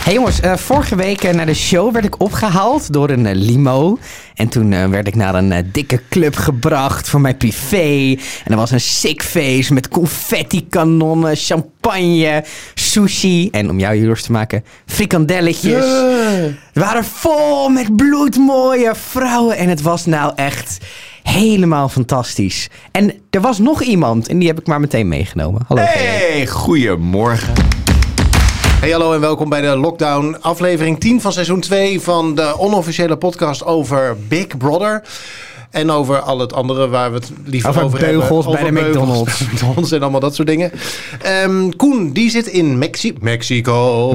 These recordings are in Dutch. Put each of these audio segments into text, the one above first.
Hey jongens, vorige week naar de show werd ik opgehaald door een limo. En toen werd ik naar een dikke club gebracht voor mijn privé. En er was een sick feest met confetti-kanonnen, champagne, sushi. En om jou jaloers te maken, frikandelletjes. We waren vol met bloedmooie vrouwen. En het was nou echt helemaal fantastisch. En er was nog iemand en die heb ik maar meteen meegenomen. Hallo. Hey, goedemorgen. Hey, hallo en welkom bij de Lockdown, aflevering 10 van seizoen 2 van de onofficiële podcast over Big Brother. En over al het andere waar we het liever over hebben. Beugels bij de McDonald's en allemaal dat soort dingen. Koen, die zit in Mexico.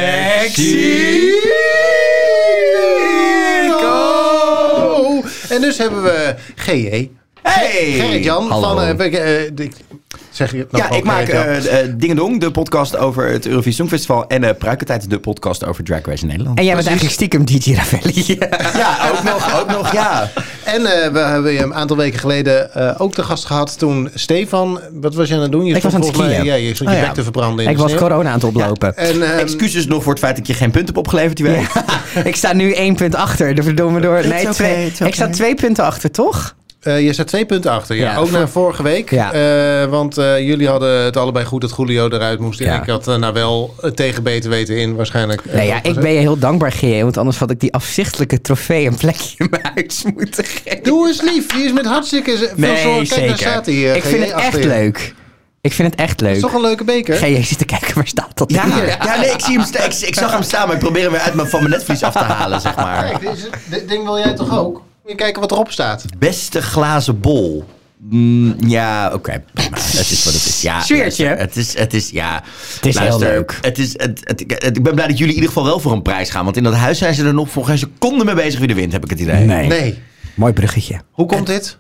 En dus hebben we G.J. Hey! Gerrit-Jan van... zeg je ja, ik maak Dingedong, de podcast over het Eurovisie Songfestival. En Pruikentijd, de podcast over Drag Race in Nederland. En jij bent eigenlijk stiekem DJ Ravelli. Ja, ook nog, ja. En we hebben je een aantal weken geleden ook de gast gehad toen Stefan... Wat was je aan het doen? Ik was aan het skiën. Je stond je bek te verbranden in Ik de was sneeuw. corona aan het oplopen. Ja. En, excuses nog voor het feit dat ik je geen punten heb opgeleverd, die week. Ja. Ik sta nu 1 punt achter. De verdomme door. Nee, ik sta 2 punten achter, toch? Je staat 2 punten achter, ja. Ook na vorige week. Ja. Want jullie hadden het allebei goed dat Julio eruit moest. Ja. En ik had nou wel tegen beter weten in waarschijnlijk. Nee, ja, ik ben je heel dankbaar, G.J. Want anders had ik die afzichtelijke trofee een plekje in mijn huis moeten geven. Doe eens lief. Die is met hartstikke veel zorg. Kijk, daar staat hij. Ik vind het echt leuk. Ik vind het echt leuk. Het is toch een leuke beker? G.J. zit te kijken, waar staat dat? Ja, nee, ik zie hem ik zag hem staan, maar ik probeer hem weer van mijn netvlies af te halen, zeg maar. Kijk, dit ding wil jij toch ook? Moet je kijken wat erop staat. Beste glazen bol. Ja, oké. Het is wat het is. Ja, Sfeertje. Het is heel leuk. Ik ben blij dat jullie in ieder geval wel voor een prijs gaan. Want in dat huis zijn ze er nog voor geen seconde mee bezig wie de wint, heb ik het idee. Nee. Mooi bruggetje. Hoe komt dit?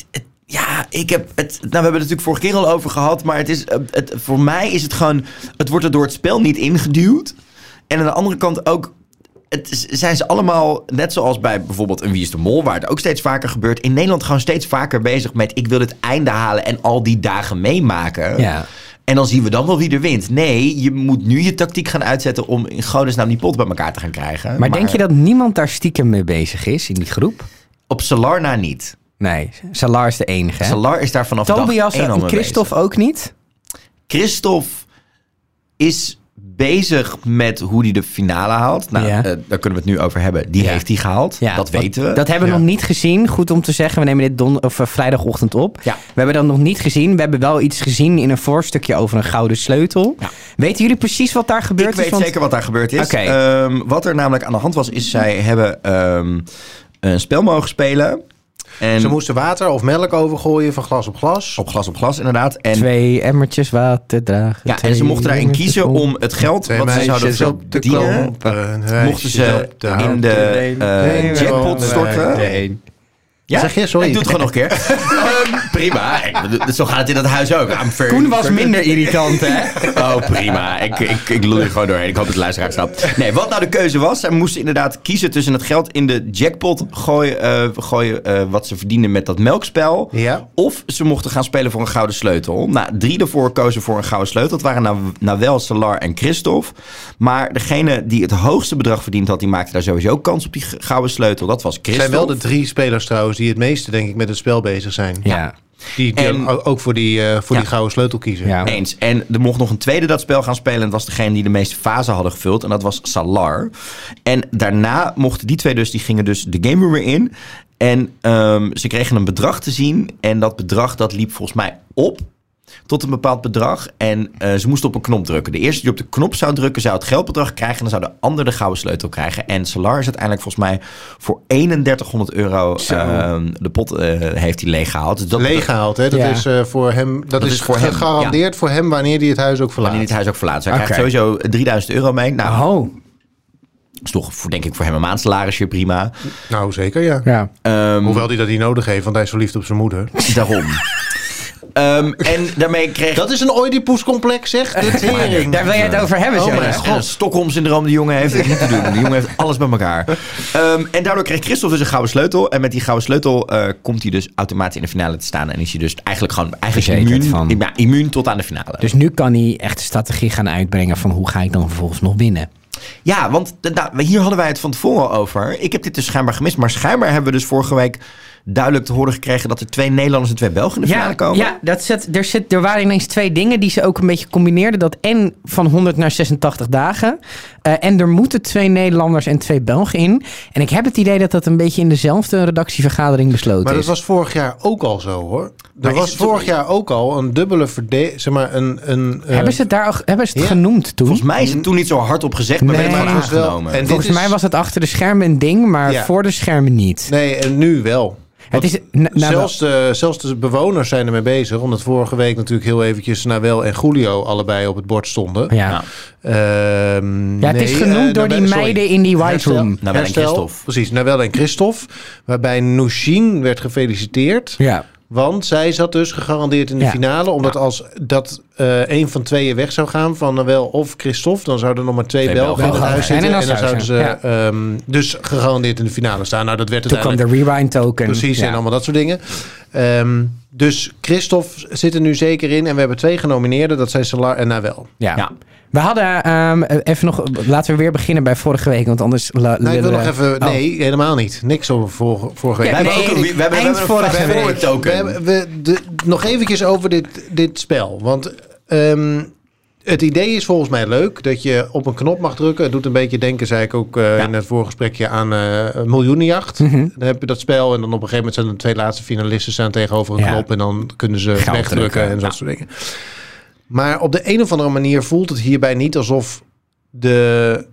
Ik heb het... Nou, we hebben het natuurlijk vorige keer al over gehad. Maar voor mij is het gewoon... Het wordt er door het spel niet ingeduwd. En aan de andere kant ook... Zijn ze allemaal, net zoals bij bijvoorbeeld een Wie is de Mol... waar het ook steeds vaker gebeurt... in Nederland gewoon steeds vaker bezig met... ik wil het einde halen en al die dagen meemaken. Ja. En dan zien we dan wel wie er wint. Nee, je moet nu je tactiek gaan uitzetten... om in godesnaam die pot bij elkaar te gaan krijgen. Maar denk je dat niemand daar stiekem mee bezig is in die groep? Op Salar na niet. Nee, Salar is de enige. Hè? Salar is daar vanaf Tobias dag 1 al en mee Christophe bezig. ook niet? Christophe is bezig met hoe hij de finale haalt. Nou, daar kunnen we het nu over hebben. Die heeft hij gehaald. Ja, dat weten we. Dat hebben we nog niet gezien. Goed om te zeggen. We nemen dit vrijdagochtend op. Ja. We hebben dat nog niet gezien. We hebben wel iets gezien in een voorstukje over een gouden sleutel. Ja. Weten jullie precies wat daar gebeurd is? Ik weet zeker wat daar gebeurd is. Okay. Wat er namelijk aan de hand was, is zij hebben een spel mogen spelen. En ze moesten water of melk overgooien van glas op glas. Op glas, inderdaad. En 2 emmertjes water dragen. Ja, en ze mochten daarin kiezen om het geld wat ze zouden verdienen, mochten ze in de jackpot storten. Ja, zeg je? Sorry. Ik doe het gewoon nog een keer. Prima. Zo gaat het in dat huis ook. Koen was minder irritant, hè? Oh, prima. Ik loei er gewoon doorheen. Ik hoop dat de luisteraar snapt. Nee, wat nou de keuze was. Zij moesten inderdaad kiezen tussen het geld in de jackpot gooien wat ze verdienden met dat melkspel. Ja. Of ze mochten gaan spelen voor een gouden sleutel. Nou, 3 daarvoor kozen voor een gouden sleutel. Dat waren Nawel, Salar en Christophe. Maar degene die het hoogste bedrag verdiend had, die maakte daar sowieso kans op die gouden sleutel. Dat was Christophe. Het zijn wel de 3 spelers trouwens die het meeste, denk ik, met het spel bezig zijn. Ja. Die ook voor die gouden sleutel kiezen. Ja. Eens. En er mocht nog een tweede dat spel gaan spelen. En dat was degene die de meeste fasen hadden gevuld. En dat was Salar. En daarna mochten die 2 die gingen dus de game room weer in. En ze kregen een bedrag te zien. En dat bedrag dat liep volgens mij op tot een bepaald bedrag. En ze moesten op een knop drukken. De eerste die op de knop zou drukken, zou het geldbedrag krijgen. En dan zou de ander de gouden sleutel krijgen. En Salar is uiteindelijk volgens mij voor €3100 de pot heeft hij leeggehaald. Dus dat leeggehaald, hè? Dat is voor hem. Dat is voor gegarandeerd voor hem wanneer hij het huis ook verlaat. Wanneer hij het huis ook verlaat. Dus hij krijgt sowieso €3000 mee. Nou, is toch denk ik voor hem een maandsalarisje prima. Nou, zeker, ja. Hoewel hij dat niet nodig heeft, want hij is verliefd op zijn moeder. Daarom. En daarmee kreeg... Dat is een Oedipus-complex, zeg. Daar wil je het over hebben, zo. Stockholm-syndroom, de jongen heeft het niet te doen. De jongen heeft alles bij elkaar. En daardoor kreeg Christophe dus een gouden sleutel. En met die gouden sleutel komt hij dus automatisch in de finale te staan. En is hij dus eigenlijk immuun tot aan de finale. Dus nu kan hij echt de strategie gaan uitbrengen van hoe ga ik dan vervolgens nog winnen. Ja, want hier hadden wij het van tevoren al over. Ik heb dit dus schijnbaar gemist. Maar schijnbaar hebben we dus vorige week duidelijk te horen gekregen dat er 2 Nederlanders en 2 Belgen in de finale komen. Ja, er waren ineens 2 dingen die ze ook een beetje combineerden. Dat en van 100 naar 86 dagen. En er moeten 2 Nederlanders en 2 Belgen in. En ik heb het idee dat dat een beetje in dezelfde redactievergadering besloten Maar is. dat was vorig jaar ook al zo, hoor. Er was vorig jaar ook al een dubbele verdeling. Zeg maar Hebben ze het genoemd toen? Volgens mij is het toen niet zo hard op gezegd, maar Nee, werd gewoon maar het was wel- aangenomen. en Volgens mij was het achter de schermen een ding, maar voor de schermen niet. Nee, en nu wel. Het is, Zelfs de bewoners zijn ermee bezig. Omdat vorige week natuurlijk heel eventjes Nawel en Julio allebei op het bord stonden. ja. Het is genoemd door die meiden in die White Room. Nawel en Christophe. Precies, Nawel en Christophe. Waarbij Noushin werd gefeliciteerd. Ja. Want zij zat dus gegarandeerd in de finale. Omdat als dat een van tweeën weg zou gaan, van Nawel of Christophe, dan zouden er nog maar 2 Belgen in het huis zitten. En dan zouden ze dus gegarandeerd in de finale staan. Nou, dat werd Toen kwam de rewind token. Precies, en allemaal dat soort dingen. Dus Christophe zit er nu zeker in. En we hebben 2 genomineerden. Dat zijn Salar en Nawel. Ja. We hadden even nog... Laten we weer beginnen bij vorige week, want anders... Ik wil nog even... Nee, helemaal niet. Niks over vorige week. We hebben een forward token. Nog eventjes over dit spel. Want het idee is volgens mij leuk. Dat je op een knop mag drukken. Het doet een beetje denken, zei ik ook in het voorgesprekje, aan Miljoenenjacht. Dan heb je dat spel. En dan op een gegeven moment zijn de 2 laatste finalisten staan tegenover een knop. En dan kunnen ze wegdrukken en dat soort dingen. Maar op de een of andere manier voelt het hierbij niet alsof de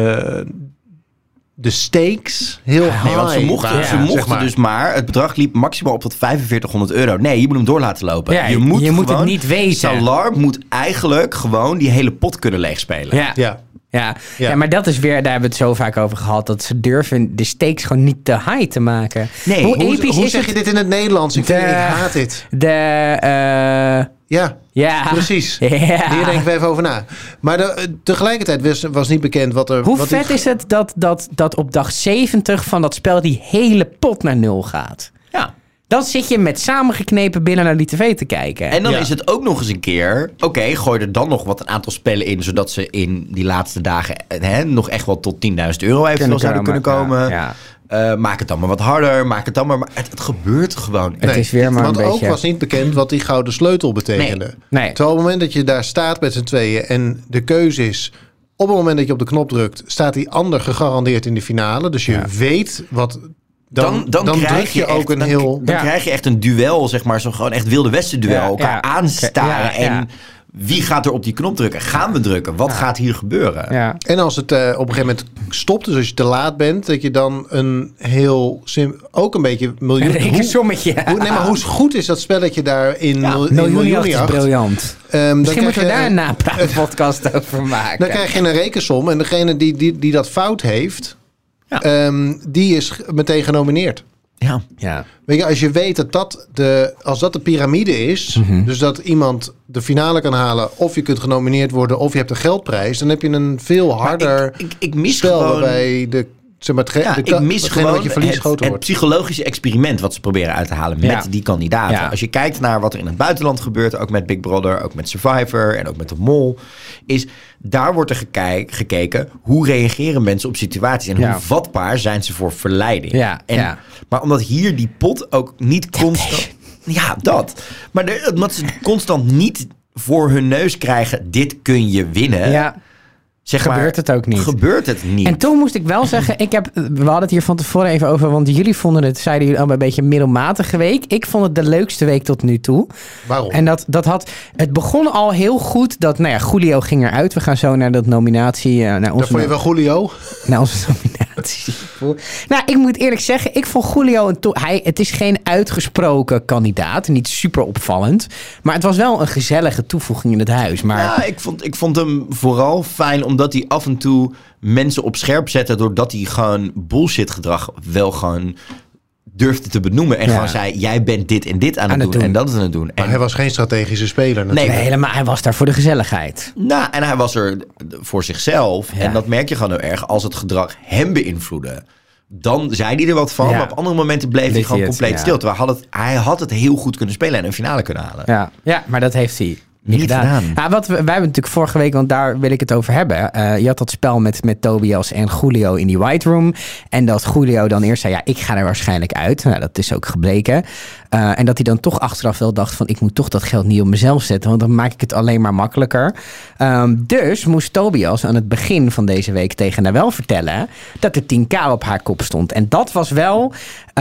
stakes heel high. Nee, want ze mochten dus maar... Het bedrag liep maximaal op tot €4500. Nee, je moet hem door laten lopen. Ja, je moet het niet weten. Salar moet eigenlijk gewoon die hele pot kunnen leegspelen. Ja, maar dat is weer, daar hebben we het zo vaak over gehad, dat ze durven de stakes gewoon niet te high te maken. Nee, hoe zeg je dit in het Nederlands? Ik haat dit. Ja, precies. Ja. Hier denken we even over na. Maar tegelijkertijd was niet bekend wat er... Hoe vet is het dat op dag 70 van dat spel die hele pot naar 0 gaat? Ja. Dan zit je met samengeknepen billen naar die tv te kijken. En dan is het ook nog eens een keer... Oké, gooi er dan nog wat een aantal spellen in... zodat ze in die laatste dagen nog echt wel tot €10.000 eventueel zouden kunnen komen. Ja. Maak het dan maar wat harder. Maak het dan maar het gebeurt gewoon. Het is weer maar een beetje... Want ook was niet bekend wat die gouden sleutel betekende. Nee. Terwijl op het moment dat je daar staat met z'n tweeën... en de keuze is... op het moment dat je op de knop drukt... staat die ander gegarandeerd in de finale. Dus je weet wat... Dan druk je ook een heel... Dan krijg je echt een duel, zeg maar. Zo'n gewoon echt Wilde Westen duel. Elkaar aanstaren en... Wie gaat er op die knop drukken? Gaan we drukken? Wat gaat hier gebeuren? Ja. En als het op een gegeven moment stopt, dus als je te laat bent, dat je dan een heel ook een beetje een rekensommetje. Maar hoe goed is dat spelletje daar in Miljoenenjacht is briljant. Misschien moeten we daar een napraatpodcast over maken. Dan krijg je een rekensom en degene die dat fout heeft, die is meteen genomineerd. Ja. Weet je, als je weet als dat de piramide is, dus dat iemand de finale kan halen, of je kunt genomineerd worden, of je hebt een geldprijs, dan heb je een veel harder ik mis spel gewoon, waarbij ik mis gewoon wat je verliest groter het wordt. psychologische experiment wat ze proberen uit te halen met die kandidaten. Ja. Als je kijkt naar wat er in het buitenland gebeurt, ook met Big Brother, ook met Survivor en ook met de Mol, daar wordt er gekeken hoe reageren mensen op situaties en hoe vatbaar zijn ze voor verleiding. Maar omdat hier die pot ook niet constant... Ja, dat. Maar omdat ze constant niet voor hun neus krijgen, dit kun je winnen... Ja. Gebeurt het ook niet. Gebeurt het niet. En toen moest ik wel zeggen, we hadden het hier van tevoren even over, want jullie vonden het, zeiden jullie allemaal een beetje middelmatige week. Ik vond het de leukste week tot nu toe. Waarom? En het begon al heel goed dat, Julio ging eruit. We gaan zo naar dat nominatie. Naar onze dat vond je wel Julio? Naar onze nominatie. Nou, ik moet eerlijk zeggen, ik vond Julio het is geen uitgesproken kandidaat, niet super opvallend, maar het was wel een gezellige toevoeging in het huis. Maar... Ja, ik vond hem vooral fijn omdat hij af en toe mensen op scherp zette doordat hij gewoon bullshit gedrag wel gewoon durfde te benoemen en gewoon zei, jij bent dit en dit aan het doen en dat aan het doen. Maar hij was geen strategische speler natuurlijk. Nee, helemaal. Hij was daar voor de gezelligheid. Nou, en hij was er voor zichzelf. Ja. En dat merk je gewoon heel erg als het gedrag hem beïnvloedde. Dan zei hij er wat van, maar op andere momenten bleef hij gewoon compleet stil. Terwijl hij had het heel goed kunnen spelen en een finale kunnen halen. Ja, maar dat heeft hij Niet gedaan. Nou, wij hebben natuurlijk vorige week, want daar wil ik het over hebben. Je had dat spel met Tobias en Julio in die White Room. En dat Julio dan eerst zei, ik ga er waarschijnlijk uit. Nou, dat is ook gebleken. En dat hij dan toch achteraf wel dacht van, ik moet toch dat geld niet op mezelf zetten. Want dan maak ik het alleen maar makkelijker. Dus moest Tobias aan het begin van deze week tegen Nawel vertellen dat er 10k op haar kop stond. En dat was wel,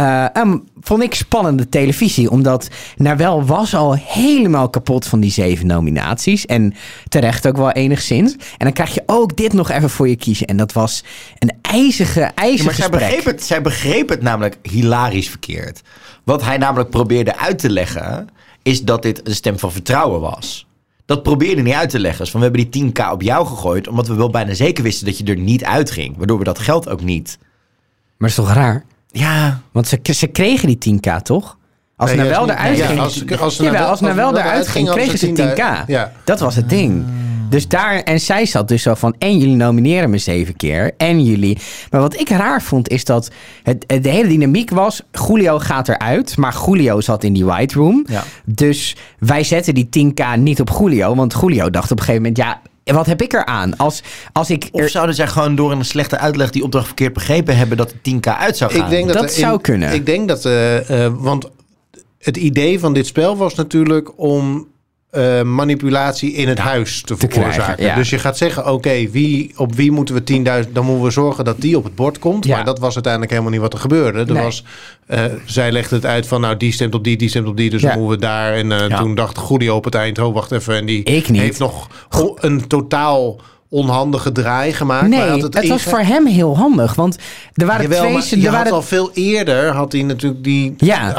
vond ik, spannende televisie. Omdat Nawel was al helemaal kapot van die 7 nominaties. En terecht ook wel enigszins. En dan krijg je ook dit nog even voor je kiezen. En dat was een ijzige maar zij begreep het namelijk hilarisch verkeerd. Wat hij namelijk probeerde uit te leggen, is dat dit een stem van vertrouwen was. Dat probeerde niet uit te leggen. Dus van, we hebben die 10k op jou gegooid, omdat we wel bijna zeker wisten dat je er niet uitging. Waardoor we dat geld ook niet... Maar dat is toch raar? Ja. Want ze kregen die 10k, toch? Als Nawel eruit ging, als Nawel eruit ging, kregen ze 10k. Ja. Dat was het ding. Dus daar, en zij zat dus zo van, en jullie nomineren me 7 keer, en jullie... Maar wat ik raar vond, is dat de hele dynamiek was, Julio gaat eruit, maar Julio zat in die White Room. Ja. Dus wij zetten die 10k niet op Julio, want Julio dacht op een gegeven moment, wat heb ik eraan? Of zouden zij gewoon door een slechte uitleg die opdracht verkeerd begrepen hebben dat de 10k uit zou gaan? Ik denk dat zou kunnen. Ik denk dat, want het idee van dit spel was natuurlijk om manipulatie in het huis te veroorzaken. Krijgen, ja. Dus je gaat zeggen, oké, op wie moeten we 10.000... Dan moeten we zorgen dat die op het bord komt. Ja. Maar dat was uiteindelijk helemaal niet wat er gebeurde. Zij legde het uit van, die stemt op die stemt op die. Dus dan moeten we daar. En toen dacht Julio op het eind, wacht even. En die heeft nog een totaal onhandige draai gemaakt. Nee, maar het was voor hem heel handig. Want er waren al veel eerder had hij natuurlijk die...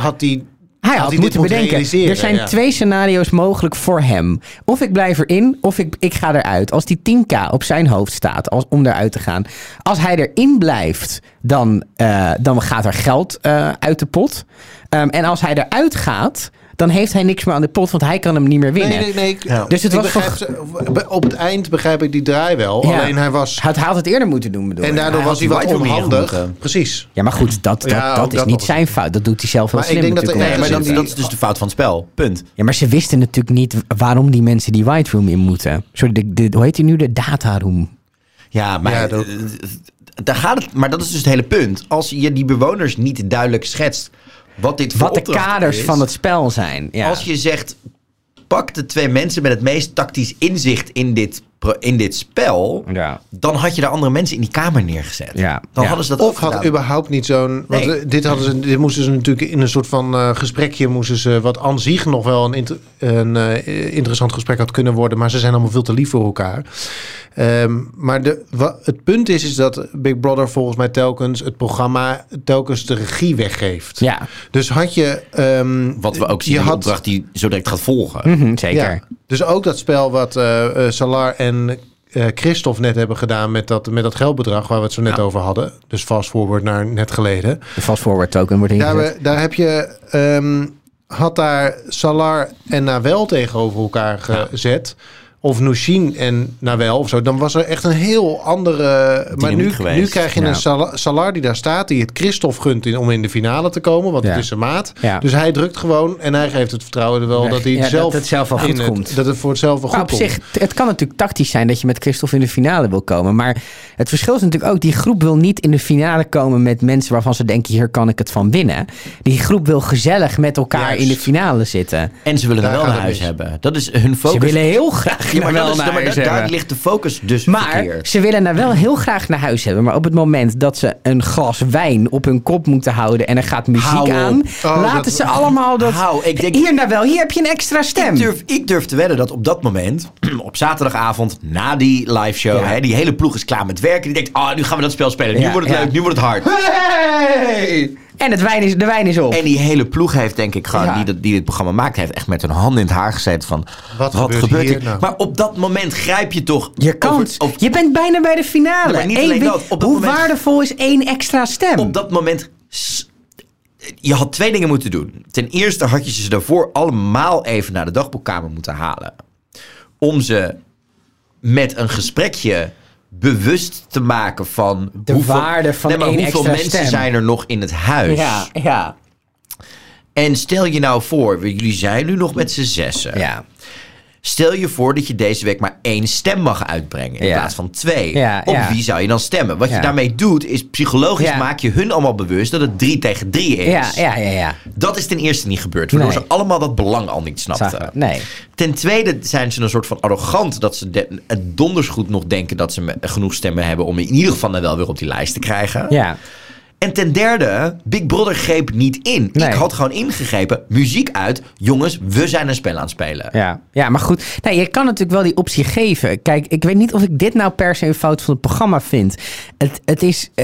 Hij had moeten bedenken, er zijn 2 scenario's mogelijk voor hem. Of ik blijf erin, of ik ga eruit. Als die 10k op zijn hoofd staat, om eruit te gaan. Als hij erin blijft, dan gaat er geld uit de pot. En als hij eruit gaat, dan heeft hij niks meer aan de pot, want hij kan hem niet meer winnen. Nee. Dus het was op het eind begrijp ik die draai wel. Ja. Alleen hij had het eerder moeten doen, bedoel ik. En daardoor was hij wat onhandig. Precies. Ja, maar goed, dat is niet zijn fout. Dat doet hij zelf wel slim. Dat is dus de fout van het spel. Punt. Ja, maar ze wisten natuurlijk niet waarom die mensen die White Room in moeten. Sorry, hoe heet die nu? De Data Room. Ja, maar daar gaat het. Maar dat is dus het hele punt. Als je die bewoners niet duidelijk schetst wat de kaders is, van het spel zijn. Ja. Als je zegt, pak de 2 mensen met het meest tactisch inzicht in dit spel, dan had je de andere mensen in die kamer neergezet. Ja. Dan hadden ze dat of had überhaupt niet zo'n... Want dit moesten ze natuurlijk in een soort van gesprekje, moesten ze wat aan zich nog wel een interessant gesprek had kunnen worden, maar ze zijn allemaal veel te lief voor elkaar. Maar het punt is dat Big Brother volgens mij telkens de regie weggeeft. Ja. Dus had je... wat we ook zien in de opdracht die zo direct gaat volgen. Zeker. Ja. Dus ook dat spel wat Salar en Christophe net hebben gedaan met dat geldbedrag waar we het zo net over hadden. Dus fast forward naar net geleden. De fast forward token wordt ingezet. Daar heb je... had daar Salar en Nawel tegenover elkaar gezet. Of Nushin en Nawel of zo. Dan was er echt een heel andere... Maar nu krijg je een Salar die daar staat, die het Christophe gunt om in de finale te komen. Want het is zijn maat. Ja. Dus hij drukt gewoon en hij geeft het vertrouwen wel dat hij het zelf wel goed komt. Dat het voor het zelf wel goed op komt. Zich, het kan natuurlijk tactisch zijn dat je met Christophe in de finale wil komen. Maar het verschil is natuurlijk ook, die groep wil niet in de finale komen met mensen waarvan ze denken, hier kan ik het van winnen. Die groep wil gezellig met elkaar in de finale zitten. En ze willen wel naar huis hebben. Dat is hun focus. Ze willen heel graag daar ligt de focus dus verkeerd. Ze willen wel heel graag naar huis hebben. Maar op het moment dat ze een glas wijn op hun kop moeten houden en er gaat muziek aan, laten ze allemaal dat... Hier heb je een extra stem. Ik durf te wedden dat op dat moment, op zaterdagavond, na die live show, die hele ploeg is klaar met werken. Die denkt, nu gaan we dat spel spelen. Nu wordt het leuk, nu wordt het hard. Hey! En de wijn is op. En die hele ploeg heeft, denk ik, gewoon die dit programma maakt, heeft echt met hun handen in het haar gezeten van, wat gebeurt hier? Nou? Maar op dat moment grijp je toch... Je kans. Je bent bijna bij de finale. Maar niet alleen dat. Hoe waardevol is 1 extra stem? Op dat moment... Je had 2 dingen moeten doen. Ten eerste had je ze daarvoor allemaal even naar de dagboekkamer moeten halen. Om ze met een gesprekje bewust te maken van de waarde van hoeveel mensen zijn er nog in het huis. Ja. En stel je nou voor, jullie zijn nu nog met z'n 6. Ja. Stel je voor dat je deze week maar 1 stem mag uitbrengen in plaats van 2. Op wie zou je dan stemmen? Wat je daarmee doet is psychologisch maak je hun allemaal bewust dat het 3-3 is. Ja. Dat is ten eerste niet gebeurd. Waardoor ze allemaal dat belang al niet snapten. Nee. Ten tweede zijn ze een soort van arrogant dat ze donders goed nog denken dat ze genoeg stemmen hebben om in ieder geval wel weer op die lijst te krijgen. Ja. En ten derde, Big Brother greep niet in. Nee. Ik had gewoon ingegrepen. Muziek uit. Jongens, we zijn een spel aan het spelen. Ja, maar goed. Nee, je kan natuurlijk wel die optie geven. Kijk, ik weet niet of ik dit nou per se een fout van het programma vind. Het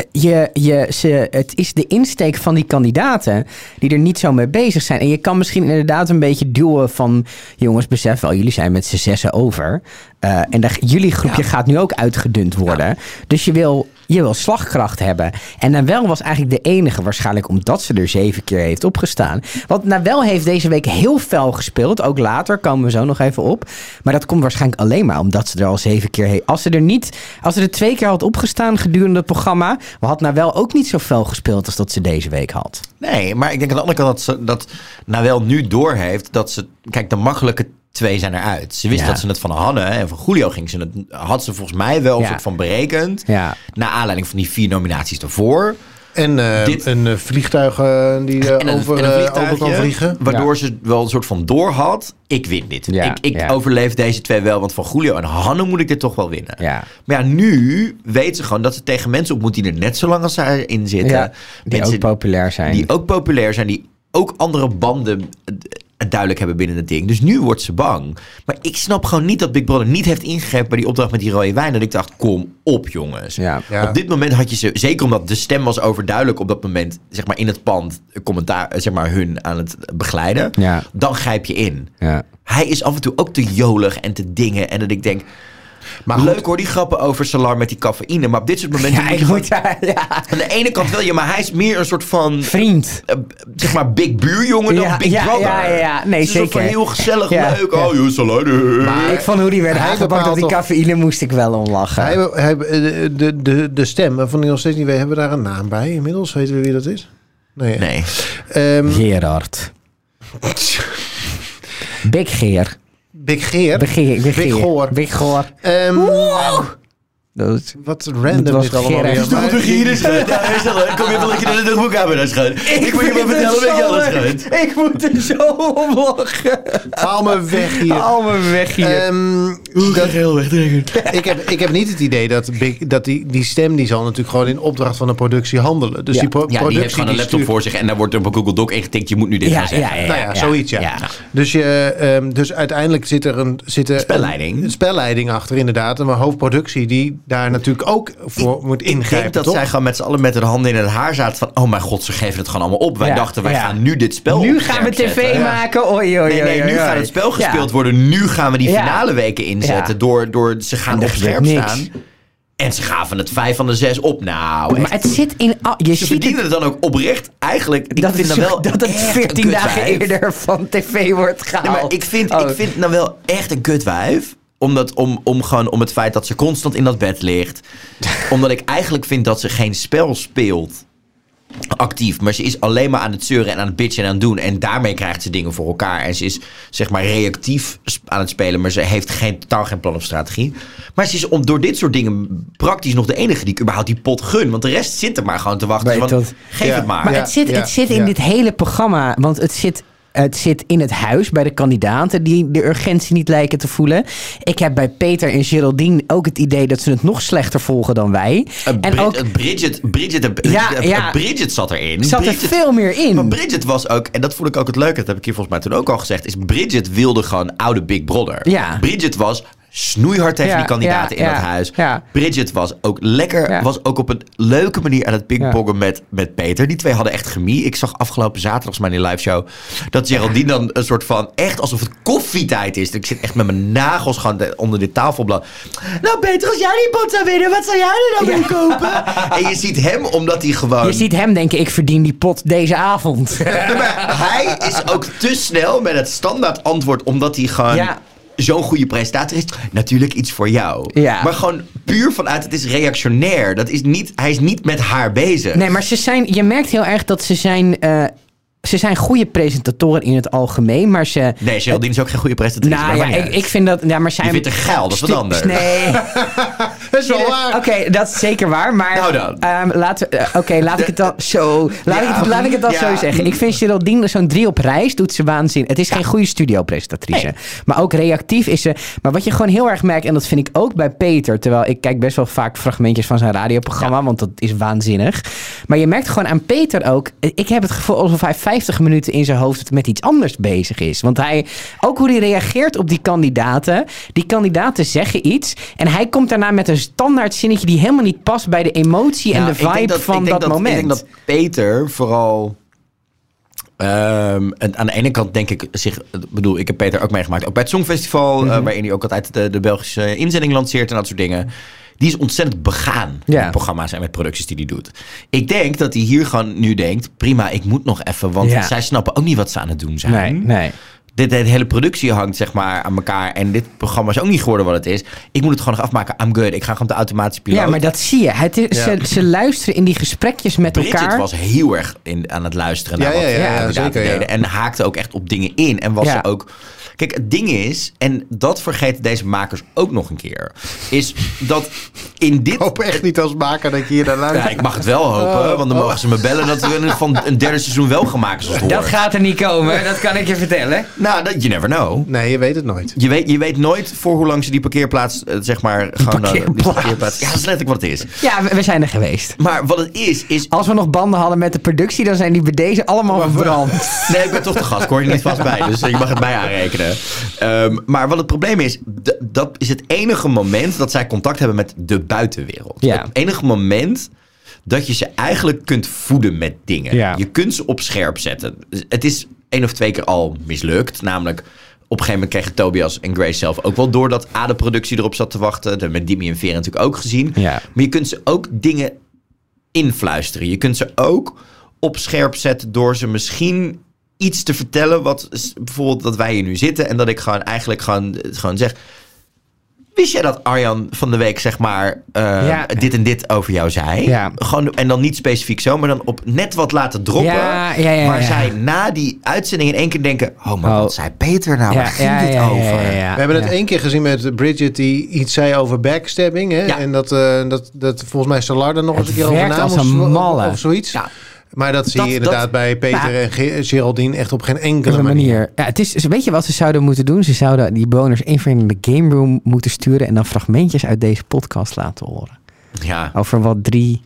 is de insteek van die kandidaten die er niet zo mee bezig zijn. En je kan misschien inderdaad een beetje duwen van... Jongens, besef wel, jullie zijn met z'n 6 over. En jullie groepje gaat nu ook uitgedund worden. Ja. Dus je wil slagkracht hebben. En Nawel was eigenlijk de enige, waarschijnlijk omdat ze er 7 keer heeft opgestaan. Want Nawel heeft deze week heel fel gespeeld. Ook later, komen we zo nog even op. Maar dat komt waarschijnlijk alleen maar omdat ze er al 7 keer heeft. Als ze er 2 keer had opgestaan gedurende het programma, had Nawel ook niet zo fel gespeeld als dat ze deze week had. Nee, maar ik denk aan de andere kant dat Nawel nu doorheeft dat ze... Kijk, de makkelijke 2 zijn eruit. Ze wist dat ze het van Hanne en van Julio had ze volgens mij wel een soort van berekend. Ja. Naar aanleiding van die 4 nominaties daarvoor. En een vliegtuig die over kan vliegen. Waardoor ze wel een soort van door had. Ik win dit. Ik overleef deze 2 wel. Want van Julio en Hanne moet ik dit toch wel winnen. Ja. Maar nu weet ze gewoon dat ze tegen mensen op moet die er net zo lang als zij erin zitten. Ja, die ook populair zijn. Die ook andere banden duidelijk hebben binnen het ding. Dus nu wordt ze bang. Maar ik snap gewoon niet dat Big Brother niet heeft ingegrepen bij die opdracht met die rode wijn. Dat ik dacht, kom op jongens. Ja. Op dit moment had je ze, zeker omdat de stem was overduidelijk op dat moment, zeg maar in het pand, commentaar, zeg maar hun aan het begeleiden. Ja. Dan grijp je in. Ja. Hij is af en toe ook te jolig en te dingen. En dat ik denk... Maar leuk hoor, die grappen over Salar met die cafeïne. Maar op dit soort momenten... Aan de ene kant wel je, maar hij is meer een soort van... Vriend. Zeg maar Big Buurjongen dan Big Brother. Ja. Nee, zeker. Van heel gezellig, leuk. Ja. Oh, Salar. Maar ik vond hoe die werd aangepakt op die cafeïne moest ik wel om lachen. De stem, waarvan ik nog steeds niet weet, hebben we daar een naam bij inmiddels? Weten we wie dat is? Nee. Gerard. Big Geer. Big Geer? Big Goor. Wat random dit allemaal weer. Is toch Gier is goed? Kom je wel lekker in de dagboek aan met schuin. Ik moet je maar vertellen met je alles schuin. Ik moet er zo om lachen. Haal me weg hier. Heel wegtrekken. Ik heb niet het idee dat die stem, die zal natuurlijk gewoon in opdracht van de productie handelen. Dus die productie die heeft gewoon een laptop voor zich en daar wordt op een Google Doc ingetikt. Je moet nu dit gaan zeggen. Zoiets. Dus uiteindelijk zit er een spelleiding achter inderdaad. Maar hoofdproductie die daar natuurlijk ook voor moet ingrijpen. Ik denk dat zij gewoon met z'n allen met hun handen in het haar zaten van... Oh mijn god, ze geven het gewoon allemaal op. Wij dachten, wij gaan nu dit spel Nu gaan we tv maken. Nee, nu gaat het spel gespeeld worden. Nu gaan we die finale weken inzetten. Door ze gaan op scherp staan. En ze gaven het 5 van de 6 op. Nou, maar het zit in... Ze verdienen het dan ook oprecht. Eigenlijk, ik vind dan wel dat het 14 dagen eerder van tv wordt gehaald. Nee, maar ik vind nou wel echt een kutwijf. Om het feit dat ze constant in dat bed ligt. Omdat ik eigenlijk vind dat ze geen spel speelt actief. Maar ze is alleen maar aan het zeuren en aan het bitchen en aan het doen. En daarmee krijgt ze dingen voor elkaar. En ze is zeg maar reactief aan het spelen. Maar ze heeft totaal geen plan of strategie. Maar ze is door dit soort dingen praktisch nog de enige die ik überhaupt die pot gun. Want de rest zit er maar gewoon te wachten. Geef het maar. Maar het zit in dit hele programma. Want het zit in het huis bij de kandidaten die de urgentie niet lijken te voelen. Ik heb bij Peter en Geraldine ook het idee dat ze het nog slechter volgen dan wij. Bridget zat erin. Er veel meer in. Maar Bridget was ook, en dat vond ik ook het leuke, dat heb ik hier volgens mij toen ook al gezegd, is Bridget wilde gewoon oude Big Brother. Ja. Bridget was snoeihard tegen die kandidaten in dat huis. Ja. Bridget was ook lekker, was ook op een leuke manier aan het pingpongen met Peter. Die twee hadden echt chemie. Ik zag afgelopen zaterdag in die live show dat Geraldine dan een soort van, echt alsof het koffietijd is. Ik zit echt met mijn nagels gewoon onder dit tafelblad. Nou Peter, als jij die pot zou winnen, wat zou jij er dan mee kopen? En je ziet hem, omdat hij gewoon... Je ziet hem denken, ik verdien die pot deze avond. Maar hij is ook te snel met het standaard antwoord, omdat hij gewoon... Ja. Zo'n goede presentator is natuurlijk iets voor jou. Ja. Maar gewoon puur vanuit het is reactionair. Hij is niet met haar bezig. Nee, maar je merkt heel erg dat ze zijn Ze zijn goede presentatoren in het algemeen, maar ze... Nee, Geraldine is ook geen goede presentatrice. Nou ja, ik vind dat... Ja, maar zij... Je vindt haar geil, dat is wat anders. Nee. Dat is wel waar. Oké, dat is zeker waar, maar... Nou dan. Laat ik het dan zo... Laat ik het dan zo zeggen. Ik vind Geraldine zo'n 3 op reis doet ze waanzin. Het is geen goede studiopresentatrice. Nee. Maar ook reactief is ze... Maar wat je gewoon heel erg merkt, en dat vind ik ook bij Peter, terwijl ik kijk best wel vaak fragmentjes van zijn radioprogramma, want dat is waanzinnig. Maar je merkt gewoon aan Peter ook... Ik heb het gevoel alsof hij 50 minuten in zijn hoofd met iets anders bezig is. Want ook hoe hij reageert op die kandidaten. Die kandidaten zeggen iets. En hij komt daarna met een standaard zinnetje die helemaal niet past bij de emotie en de vibe van dat moment. Ik denk dat Peter vooral... aan de ene kant denk ik ik heb Peter ook meegemaakt. Ook bij het Songfestival, waarin hij ook altijd de Belgische inzending lanceert en dat soort dingen. Die is ontzettend begaan met programma's en met producties die hij doet. Ik denk dat hij hier gewoon nu denkt... prima, ik moet nog even, want zij snappen ook niet wat ze aan het doen zijn. Nee. De hele productie hangt zeg maar aan elkaar. En dit programma is ook niet geworden wat het is. Ik moet het gewoon nog afmaken. I'm good. Ik ga gewoon de automatische piloot. Ja, maar dat zie je. Ze luisteren in die gesprekjes met elkaar. Bridget was heel erg aan het luisteren naar wat de kandidaten deden. En haakte ook echt op dingen in. En was ze ook... Kijk, het ding is, en dat vergeten deze makers ook nog een keer, is dat in dit... Ik hoop echt niet als maker dat je hier naar luistert. Ja, ik mag het wel hopen, want dan mogen ze me bellen dat we van een derde seizoen wel gaan maken zoals het hoort. Dat gaat er niet komen, dat kan ik je vertellen. Nou, you never know. Nee, je weet het nooit. Je weet nooit voor hoe lang ze die parkeerplaats, zeg maar... Die parkeerplaats. Ja, dat is letterlijk wat het is. Ja, we zijn er geweest. Maar wat het is... Als we nog banden hadden met de productie, dan zijn die bij deze allemaal verbrand. Nee, ik ben toch de gast. Ik hoor je niet vast bij, dus je mag het mij aanrekenen. Maar wat het probleem is, dat is het enige moment dat zij contact hebben met de buitenwereld. Ja. Het enige moment dat je ze eigenlijk kunt voeden met dingen. Ja. Je kunt ze op scherp zetten. Het is 1 of 2 keer al mislukt. Namelijk, op een gegeven moment kregen Tobias en Grace zelf ook wel door dat de productie erop zat te wachten. Dat hebben we met Dimi en Vera natuurlijk ook gezien. Ja. Maar je kunt ze ook dingen influisteren. Je kunt ze ook op scherp zetten door ze misschien iets te vertellen, wat bijvoorbeeld dat wij hier nu zitten en dat ik gewoon eigenlijk gewoon zeg, wist jij dat Arjan van de week zeg maar dit en dit over jou zei? Ja. Gewoon, en dan niet specifiek zo, maar dan op net wat laten droppen. Waar zij na die uitzending in één keer denken, wat zei Peter nou? Waar ging dit over? We hebben het 1 keer gezien met Bridget die iets zei over backstabbing. Hè? Ja. En dat volgens mij Salar er nog eens een keer over na of zoiets. Ja. Maar dat zie je inderdaad bij Peter en Geraldine echt op geen enkele manier. Ja, weet je wat ze zouden moeten doen? Ze zouden die bewoners één voor één in de game room moeten sturen en dan fragmentjes uit deze podcast laten horen. Ja. Over wat 3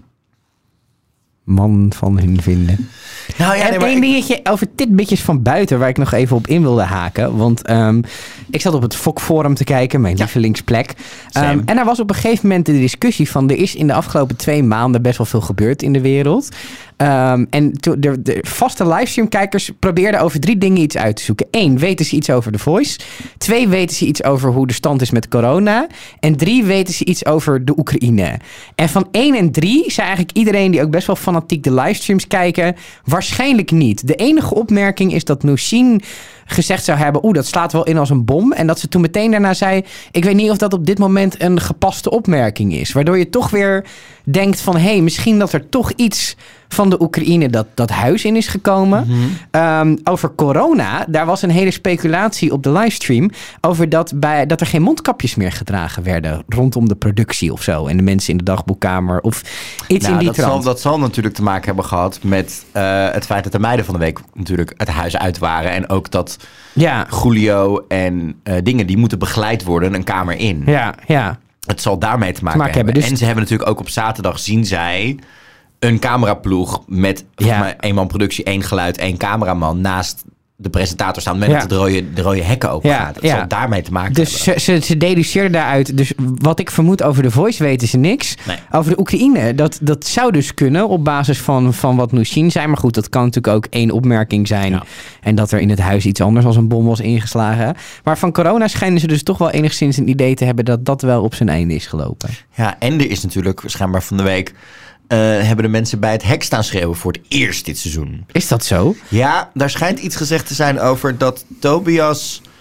man van hun vinden. Nou ja, en één dingetje over titbitjes van buiten waar ik nog even op in wilde haken. Want ik zat op het FOK-forum te kijken, mijn lievelingsplek. En daar was op een gegeven moment de discussie van, er is in de afgelopen 2 maanden best wel veel gebeurd in de wereld. En de vaste livestreamkijkers probeerden over 3 dingen iets uit te zoeken. 1, weten ze iets over The Voice. 2, weten ze iets over hoe de stand is met corona. En 3, weten ze iets over de Oekraïne. En van 1 en 3 zei eigenlijk iedereen die ook best wel fanatiek de livestreams kijken, waarschijnlijk niet. De enige opmerking is dat Noushin gezegd zou hebben, dat slaat wel in als een bom. En dat ze toen meteen daarna zei, ik weet niet of dat op dit moment een gepaste opmerking is. Waardoor je toch weer denkt van, misschien dat er toch iets van de Oekraïne dat huis in is gekomen. Mm-hmm. Over corona, daar was een hele speculatie op de livestream over dat er geen mondkapjes meer gedragen werden rondom de productie of zo. En de mensen in de dagboekkamer of iets in die trant. Dat zal natuurlijk te maken hebben gehad met het feit dat de meiden van de week natuurlijk het huis uit waren. En ook dat Julio en dingen die moeten begeleid worden een kamer in. Ja. Het zal daarmee te maken hebben. Dus en ze hebben natuurlijk ook op zaterdag zien zij een cameraploeg met 1 man productie, 1 geluid, 1 cameraman naast de presentator staan met de rode hekken open gaat. Het zal daarmee te maken hebben. Dus ze deduceerden daaruit. Dus wat ik vermoed over The Voice weten ze niks. Nee. Over de Oekraïne, dat zou dus kunnen op basis van wat Noushin zei. Maar goed, dat kan natuurlijk ook 1 opmerking zijn. Ja. En dat er in het huis iets anders als een bom was ingeslagen. Maar van corona schijnen ze dus toch wel enigszins een idee te hebben dat dat wel op zijn einde is gelopen. Ja, en er is natuurlijk schijnbaar van de week hebben de mensen bij het hek staan schreeuwen voor het eerst dit seizoen. Is dat zo? Ja, daar schijnt iets gezegd te zijn over dat Tobias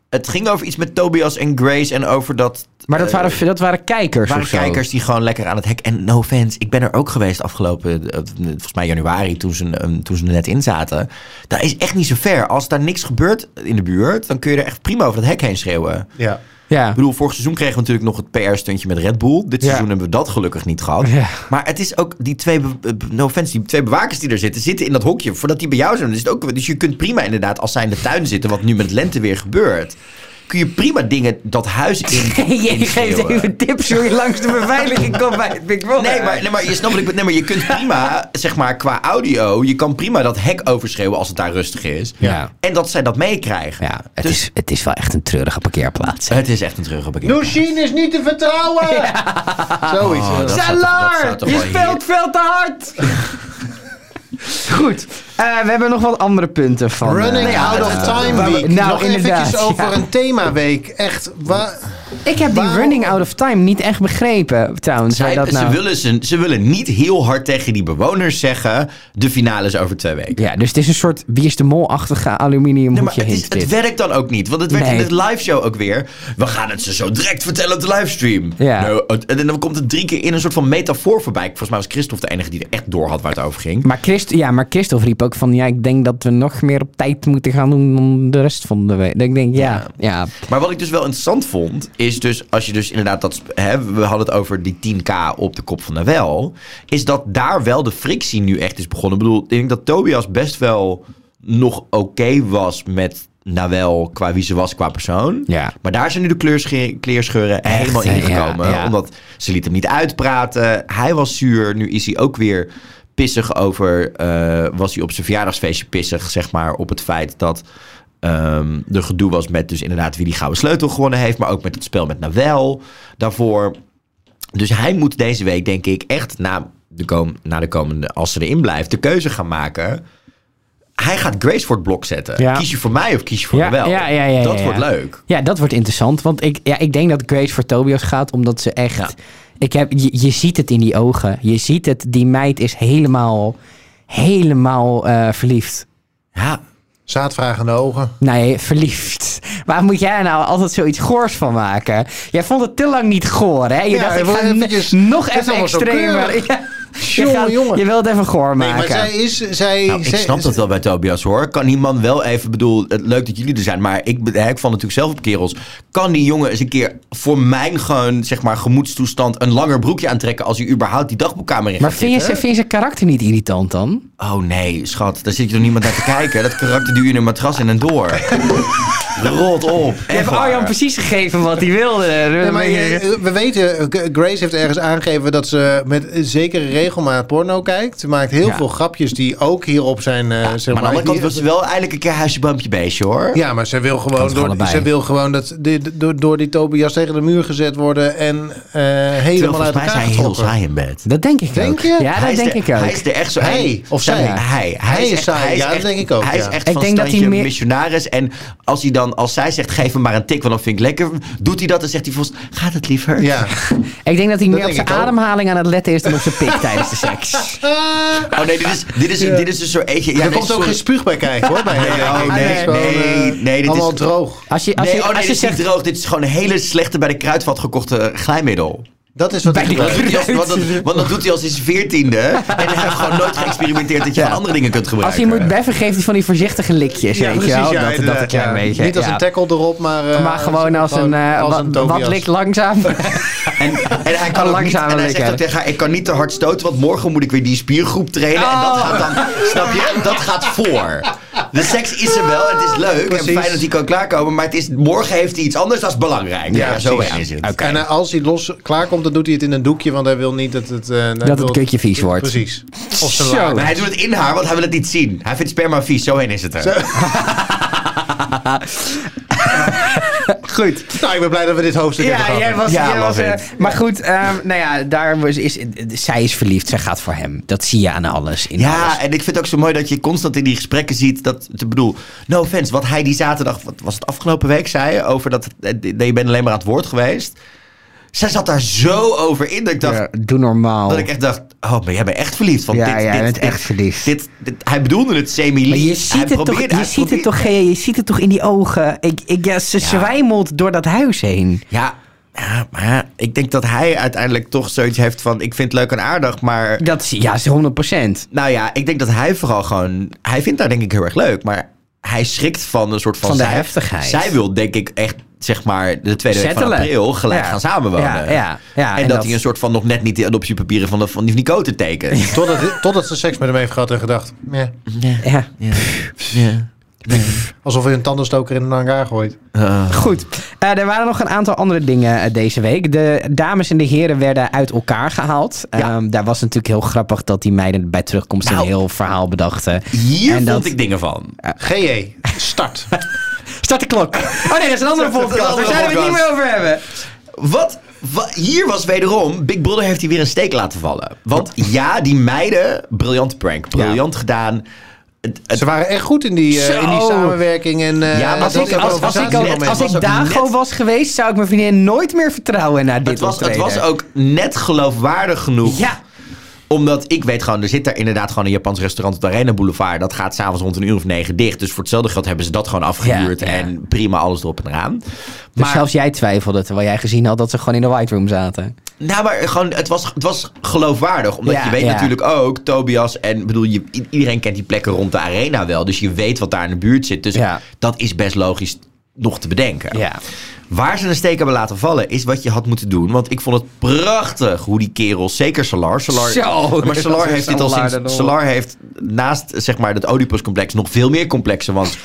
Het ging over iets met Tobias en Grace en over dat... Maar dat waren kijkers of zo? Kijkers die gewoon lekker aan het hek... En no offense, ik ben er ook geweest afgelopen... volgens mij januari, toen ze er net in zaten. Dat is echt niet zo ver. Als daar niks gebeurt in de buurt... dan kun je er echt prima over het hek heen schreeuwen. Ja. Ik bedoel, vorig seizoen kregen we natuurlijk nog het PR-stuntje met Red Bull. Dit seizoen hebben we dat gelukkig niet gehad. Ja. Maar het is ook die twee bewakers die er zitten in dat hokje. Voordat die bij jou zijn. Dus je kunt prima inderdaad, als zij in de tuin zitten... wat nu met lente weer gebeurt... kun je prima dingen dat huis in. Je geeft even tips hoe je langs de beveiliging komt bij het Big Brother. Nee, maar je snapt wat ik... Nee, maar je kunt prima, zeg maar, qua audio... je kan prima dat hek overschreeuwen als het daar rustig is. Ja. En dat zij dat meekrijgen. Ja, het is wel echt een treurige parkeerplaats. Het is echt een treurige parkeerplaats. Nushin is niet te vertrouwen! Ja. Zoiets. Salar! Je speelt veel te hard! Goed. We hebben nog wat andere punten van... Running out of time week. Nog eventjes over een themaweek. Echt, ik heb die running out of time niet echt begrepen, trouwens. Ze willen niet heel hard tegen die bewoners zeggen... de finale is over 2 weken. Ja, dus het is een soort Wie is de Mol-achtige aluminium hoedje hint. Het werkt dan ook niet. Want het werd in de live show ook weer... we gaan het ze zo direct vertellen op de livestream. Ja. En dan komt het 3 keer in een soort van metafoor voorbij. Volgens mij was Christophe de enige die er echt door had waar het over ging. Maar Christophe riep ook van... ik denk dat we nog meer op tijd moeten gaan doen... dan de rest van de week. Ik denk, ja. Maar wat ik dus wel interessant vond... is dus, als je dus inderdaad... we hadden het over die 10k op de kop van Nawel... is dat daar wel de frictie nu echt is begonnen. Ik bedoel, ik denk dat Tobias best wel nog oké was met... Nawel qua wie ze was, qua persoon. Ja. Maar daar zijn nu de kleerscheuren helemaal ingekomen. Ja. Omdat ze liet hem niet uitpraten. Hij was zuur. Nu is hij ook weer pissig over... was hij op zijn verjaardagsfeestje pissig, zeg maar... op het feit dat er gedoe was met dus inderdaad... wie die gouden sleutel gewonnen heeft... maar ook met het spel met Nawel daarvoor. Dus hij moet deze week, denk ik... echt na de komende... als ze erin blijft, de keuze gaan maken... Hij gaat Grace voor het blok zetten. Ja. Kies je voor mij of kies je voor Nawel? Dat wordt leuk. Ja, dat wordt interessant. Want ik denk dat Grace voor Tobias gaat. Omdat ze echt... Ja. Je ziet het in die ogen. Je ziet het. Die meid is helemaal verliefd. Ja. Zaadvragende ogen. Nee, verliefd. Waar moet jij nou altijd zoiets goors van maken? Jij vond het te lang niet goor, hè? Je dacht, ik ga nog even extremer... Je wilt het even goor maken. Nee, maar ik snap dat wel bij Tobias, hoor. Kan die man wel even... leuk dat jullie er zijn, maar ik val natuurlijk zelf op kerels. Kan die jongen eens een keer voor mijn gewoon, zeg maar, gemoedstoestand... een langer broekje aantrekken als hij überhaupt die dagboekkamer in gaat zitten? Maar vind je zijn karakter niet irritant dan? Oh nee, schat. Daar zit je toch niemand naar te kijken? Dat karakter duw je in een matras in en door. Rot op. Je hebt Arjan precies gegeven wat hij wilde. Ja, maar we weten, Grace heeft ergens aangegeven dat ze met zekere regelmaat porno kijkt. Ze maakt heel veel grapjes die ook hierop zijn. Maar aan de andere kant was ze wel eigenlijk een keer huisje, boompje, beestje, hoor. Ja, maar ze wil gewoon, dat door die Tobias tegen de muur gezet worden en helemaal uit elkaar getrokken. Heel saai in bed. Dat denk ik denk ook. Je? Ja, dat denk ik ook. Hij is er echt zo... Hij of zij? Hij is saai. Ja, dat denk ik ook. Hij is echt van standje missionaris. En als zij zegt, geef hem maar een tik, want dat vind ik lekker. Doet hij dat en zegt hij volgens, gaat het liever? Ja. Ik denk dat hij meer op zijn ademhaling aan het letten is dan op zijn pik tijdens de seks. Oh nee, dit is dus zo eentje. Ja, er komt ook geen spuug bij kijken, hoor. Nee, dit allemaal is droog. Dit is niet droog. Dit is gewoon een hele slechte bij de Kruidvat gekochte glijmiddel. Dat is wat hij gebruikt. Want dat doet hij als hij 14e. En hij heeft gewoon nooit geëxperimenteerd dat je van andere dingen kunt gebruiken. Als hij moet beffen, geeft hij van die voorzichtige likjes. Ja, weet je wel? Dat een klein beetje. Niet als een tackle erop, maar gewoon als een wat likt langzaam. En hij kan langzaam en hij zegt ook tegen haar, ik kan niet te hard stoten, want morgen moet ik weer die spiergroep trainen. En dat gaat dan, snap je? Dat gaat voor. De seks is er wel, het is leuk. Precies. En fijn dat hij kan klaarkomen. Maar morgen heeft hij iets anders, dat is belangrijk. Ja, zo is het. Okay. En als hij klaarkomt, dan doet hij het in een doekje. Want hij wil niet dat het kutje vies wordt. Precies. Of zo. Maar hij doet het in haar, want hij wil het niet zien. Hij vindt sperma vies, zo heen is het er. Goed. Nou, ik ben blij dat we dit hoofdstuk hebben gehad. Jij was maar goed, zij is verliefd. Zij gaat voor hem. Dat zie je aan alles. En ik vind het ook zo mooi dat je constant in die gesprekken ziet dat, ik bedoel, no offense, wat hij die zaterdag, wat was het afgelopen week zei, over dat je bent alleen maar aan het woord geweest. Zij zat daar zo over in dat ik dacht... Ja, doe normaal. Dat ik echt dacht, oh, maar jij bent echt verliefd. Want jij bent echt verliefd. Hij bedoelde het semi-lief. Maar je ziet het toch in die ogen. Ze zwijmelt door dat huis heen. Ja, maar ik denk dat hij uiteindelijk toch zoiets heeft van... Ik vind het leuk en aardig, maar... Dat is 100%. Nou ja, ik denk dat hij vooral gewoon... Hij vindt haar denk ik heel erg leuk, maar hij schrikt van een soort van... de heftigheid. Zij wil denk ik echt, zeg maar, de tweede week van april gelijk gaan samenwonen. Ja, en dat hij een soort van nog net niet de adoptiepapieren van die Nicote tekent. Totdat ze seks met hem heeft gehad en gedacht... Ja. Alsof je een tandenstoker in een hangar gooit. Goed. Er waren nog een aantal andere dingen deze week. De dames en de heren werden uit elkaar gehaald. Daar was natuurlijk heel grappig dat die meiden bij terugkomst een heel verhaal bedachten. Hier vond ik dingen van. GE, start. Start de klok. Oh nee, dat is een andere podcast. Daar zouden we het niet meer over hebben. Wat? Hier was wederom... Big Brother heeft hier weer een steek laten vallen. Want die meiden... Briljante prank. Briljant gedaan. Ze waren echt goed in die samenwerking. En, als ik Dago was geweest... zou ik mijn vriendin nooit meer vertrouwen naar dit optreden. Het was ook net geloofwaardig genoeg. Ja. Omdat ik weet gewoon... Er zit daar inderdaad gewoon een Japans restaurant op de Arena Boulevard. Dat gaat s'avonds rond 1:09 dicht. Dus voor hetzelfde geld hebben ze dat gewoon afgehuurd. En prima alles erop en eraan. Dus zelfs jij twijfelde terwijl jij gezien had dat ze gewoon in de White Room zaten. Nou, maar gewoon, het was geloofwaardig. Omdat je weet natuurlijk ook, Tobias en iedereen kent die plekken rond de Arena wel. Dus je weet wat daar in de buurt zit. Dus dat is best logisch nog te bedenken. Ja. Waar ze een steek hebben laten vallen is wat je had moeten doen. Want ik vond het prachtig hoe die kerel, zeker Salar maar Salar heeft dit al sinds... Salar heeft naast, zeg maar, het Oedipus-complex nog veel meer complexen. Want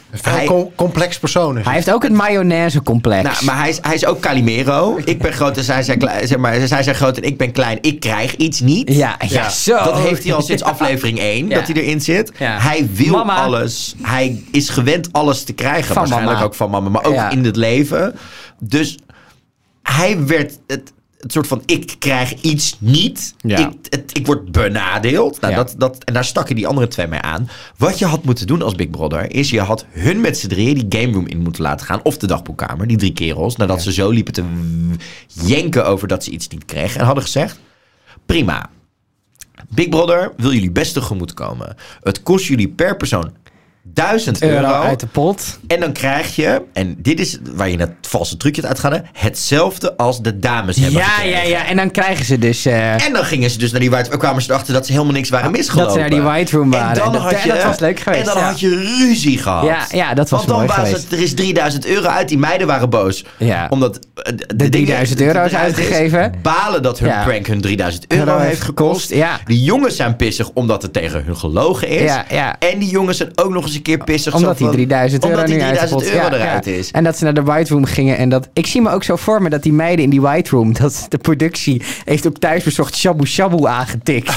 complex persoon. Hij heeft ook het mayonaise-complex. Nou, maar hij is ook Calimero. Ik ben groot en zij zijn groot en ik ben klein. Ik krijg iets niet. Ja, zo. Dat heeft hij al sinds aflevering 1, dat hij erin zit. Ja. Hij wil alles. Hij is gewend alles te krijgen. Van waarschijnlijk mama. ook van mama, maar ook in het leven. Dus hij werd het soort van, ik krijg iets niet. Ja. Ik word benadeeld. Nou, en daar stakken die andere twee mee aan. Wat je had moeten doen als Big Brother is, je had hun met z'n drieën die game room in moeten laten gaan. Of de dagboekkamer, die 3 kerels. Nadat ze zo liepen te jenken over dat ze iets niet kregen. En hadden gezegd, prima. Big Brother wil jullie best tegemoet komen. Het kost jullie per persoon €1000 uit de pot. En dan krijg je, en dit is waar je het valse trucje uit gaat, hetzelfde als de dames hebben gekregen. Ja. En dan krijgen ze dus... En dan gingen ze dus naar die White Room. Kwamen ze erachter dat ze helemaal niks waren misgelopen. Dat ze naar die White Room waren. En dat was leuk geweest. En dan had je ruzie gehad. Ja, dat was mooi geweest. Er is €3000 uit. Die meiden waren boos. Ja. Omdat de €3000 is uitgegeven. Balen dat hun prank hun €3000 heeft gekost. Ja. Die jongens zijn pissig omdat het tegen hun gelogen is. Ja. En die jongens zijn ook nog eens een keer pissig. Omdat die €3000 nu uit de pot eruit is. En dat ze naar de White Room gingen. En dat, ik zie me ook zo voor me dat die meiden in die White Room, dat de productie heeft ook thuisbezorgd shabu shabu aangetikt.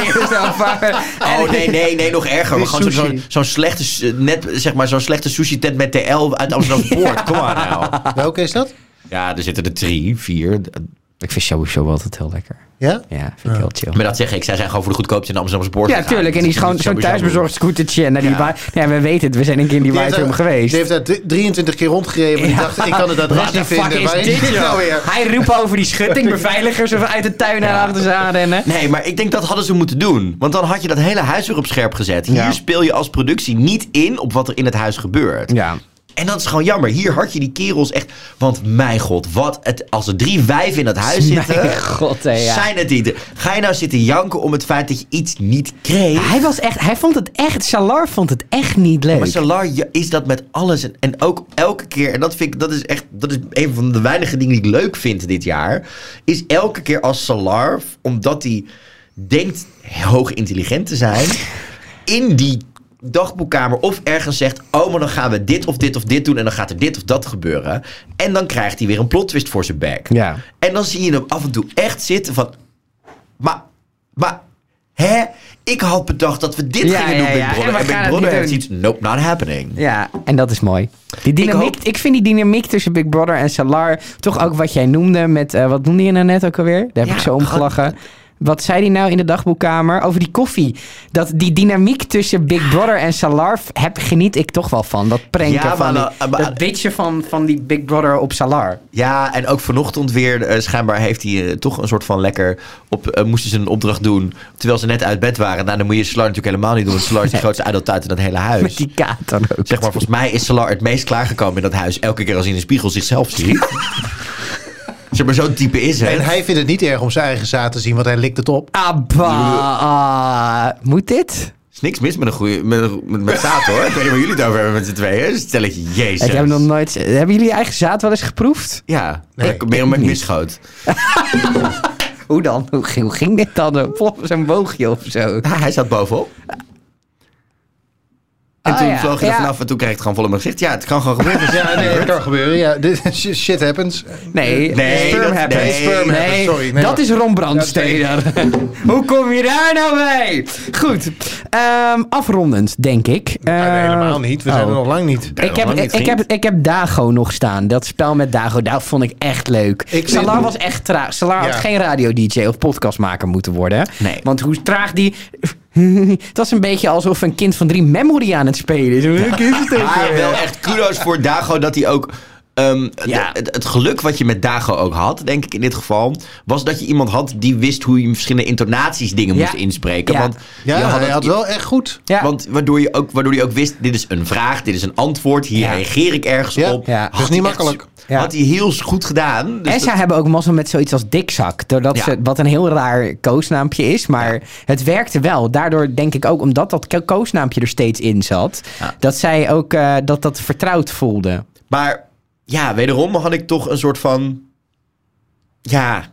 Nee, nog erger. We gaan zo'n slechte, net zeg maar zo'n slechte sushi tent met TL uit Amsterdam Poort. Kom maar nou. Welke is dat? Ja, er zitten er 3, 4. Ik vind shabu shabu altijd heel lekker. Ja? Ja, vind ik heel chill. Maar dat zeg ik. Zij zijn gewoon voor de goedkoopste in Amsterdam Sport. Ja, tuurlijk. En die is gewoon zo'n thuisbezorgd scootertje. We weten het. We zijn een keer in die White Room geweest. Die heeft daar 23 keer rondgereden. En die dacht, ik kan het adres niet vinden. Waar is dit nou weer? Hij roept over die schutting. Beveiligers of uit de tuin naar achter ze aanrennen. Nee, maar ik denk dat hadden ze moeten doen. Want dan had je dat hele huis weer op scherp gezet. Hier speel je als productie niet in op wat er in het huis gebeurt. Ja. En dat is gewoon jammer. Hier had je die kerels echt... Want mijn god, als er 3 wijven in dat huis zitten... Zijn het die... Ga je nou zitten janken om het feit dat je iets niet kreeg? Hij vond het echt... Salar vond het echt niet leuk. Maar Salar is dat met alles. En ook elke keer... En dat is een van de weinige dingen die ik leuk vind dit jaar. Is elke keer als Salar... Omdat hij denkt hoog intelligent te zijn... In die dagboekkamer of ergens zegt... oh, maar dan gaan we dit of dit of dit doen... en dan gaat er dit of dat gebeuren. En dan krijgt hij weer een plot twist voor zijn bek. Ja. En dan zie je hem af en toe echt zitten van... Maar... Hè? Ik had bedacht dat we dit gingen doen, Big Brother. En Big Brother heeft iets... Nope, not happening. Ja, en dat is mooi. Die dynamiek, ik vind die dynamiek tussen Big Brother en Salar... toch ook wat jij noemde met... wat noemde je nou net ook alweer? Daar heb ik zo om gelachen. Wat zei hij nou in de dagboekkamer? Over die koffie. Die dynamiek tussen Big Brother en Salar geniet ik toch wel van. Dat pranken dat bitchen van die Big Brother op Salar. Ja, en ook vanochtend weer, schijnbaar heeft hij toch een soort van lekker... moesten ze een opdracht doen, terwijl ze net uit bed waren. Nou, dan moet je Salar natuurlijk helemaal niet doen. Want Salar is de grootste adult in dat hele huis. Met die kater ook. Zeg maar, volgens mij is Salar het meest klaargekomen in dat huis. Elke keer als hij in de spiegel zichzelf ziet. Zeg maar, zo'n type is het. En hij vindt het niet erg om zijn eigen zaad te zien, want hij likt het op. Moet dit? Er is niks mis met een goede met zaad, hoor. Ik weet niet waar jullie het over hebben met z'n tweeën. Stelletje, jezus. Ik heb nog nooit... Hebben jullie eigen zaad wel eens geproefd? Ja, meer met misschoot. Hoe dan? Hoe ging dit dan? Ploppen zo'n boogje of zo? Hij zat bovenop. En toen vloog hij er vanaf en toen kreeg ik het gewoon vol in mijn gezicht. Ja, het kan gewoon gebeuren. Ja, nee, het kan gebeuren. Ja, shit happens. Nee, sperm happens. Sorry. Nee, dat is Ron Brandsteder. Hoe kom je daar nou bij? Goed. Afrondend, denk ik. Nee, helemaal niet. We zijn er nog lang niet. Ik heb Dago nog staan. Dat spel met Dago, dat vond ik echt leuk. Salar was echt traag. Salar had geen radio-dj of podcastmaker moeten worden. Nee. Want hoe traag die... Dat is een beetje alsof een kind van 3 Memory aan het spelen is. Maar wel echt kudos voor Dago dat hij ook... Het geluk wat je met Dago ook had, denk ik in dit geval, was dat je iemand had die wist hoe je verschillende intonaties dingen moest inspreken. Ja, Want hij had wel echt goed. Ja. Want waardoor je ook wist, dit is een vraag, dit is een antwoord, hier reageer ik ergens op. Ja. Dat is niet makkelijk. Had hij heel goed gedaan. Dus en zij hebben ook mazzel met zoiets als dikzak. Doordat ze, wat een heel raar koosnaampje is. Maar het werkte wel. Daardoor denk ik ook, omdat dat koosnaampje er steeds in zat, dat zij ook dat vertrouwd voelde. Maar ja, wederom had ik toch een soort van... Ja...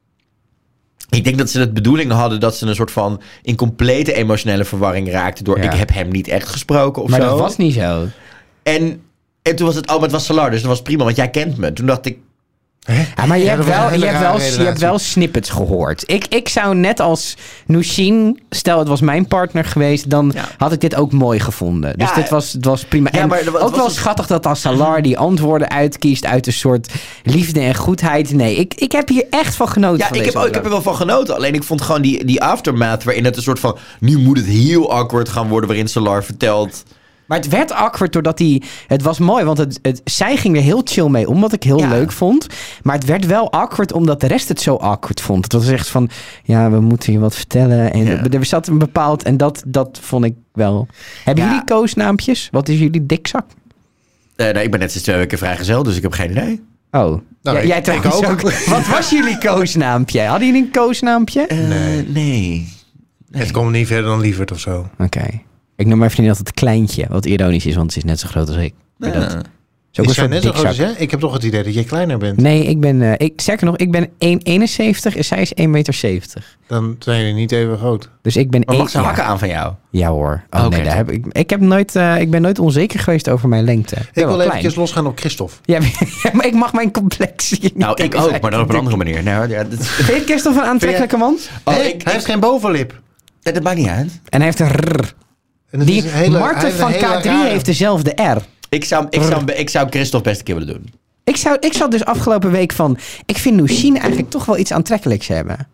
Ik denk dat ze het bedoeling hadden dat ze een soort van in complete emotionele verwarring raakten door ik heb hem niet echt gesproken of maar zo. Maar dat was niet zo. En toen was het, maar het was Salar, dus dat was prima, want jij kent me. Toen dacht ik... Ja, maar je hebt wel snippets gehoord. Ik zou net als Nushin, stel het was mijn partner geweest, dan had ik dit ook mooi gevonden. Dus het was prima. Ja, en ook wel schattig dat als Salar die antwoorden uitkiest uit een soort liefde en goedheid. Nee, ik heb hier echt van genoten. Ja, ik heb er wel van genoten. Alleen ik vond gewoon die aftermath waarin het een soort van... Nu moet het heel awkward gaan worden waarin Salar vertelt... Maar het werd awkward doordat het was mooi, want zij ging er heel chill mee om, wat ik heel leuk vond. Maar het werd wel awkward omdat de rest het zo awkward vond. Het was echt van, we moeten je wat vertellen. En er zat een bepaald, en dat vond ik wel. Hebben jullie koosnaampjes? Wat is jullie dikzak? Ik ben net sinds 2 weken vrijgezel, dus ik heb geen idee. Oh, jij trouwens ook. Wat was jullie koosnaampje? Hadden jullie een koosnaampje? Nee. Het komt niet verder dan Lievert of zo. Oké. Ik noem mijn vriendin altijd Kleintje, wat ironisch is, want ze is net zo groot als ik. Is jij net zo groot als jij? Ik heb toch het idee dat jij kleiner bent. Nee, sterker nog, ik ben 1,71 en zij is 1,70 meter. Dan zijn jullie niet even groot. Dus ik ben maar mag ze hakken aan van jou? Ja hoor. Nee, ik ben nooit onzeker geweest over mijn lengte. Ik wil eventjes losgaan op Christophe. Ja, maar ik mag mijn complexie niet. Nou, ik ook, maar dan op een andere manier. Nou, Vind je Christophe een aantrekkelijke man? Hij heeft geen bovenlip. Dat maakt niet uit. En hij heeft een rr. Marten van K3 heeft dezelfde R. Ik zou Christophe best een keer willen doen. Ik zat dus afgelopen week van... Ik vind Nushin eigenlijk toch wel iets aantrekkelijks hebben.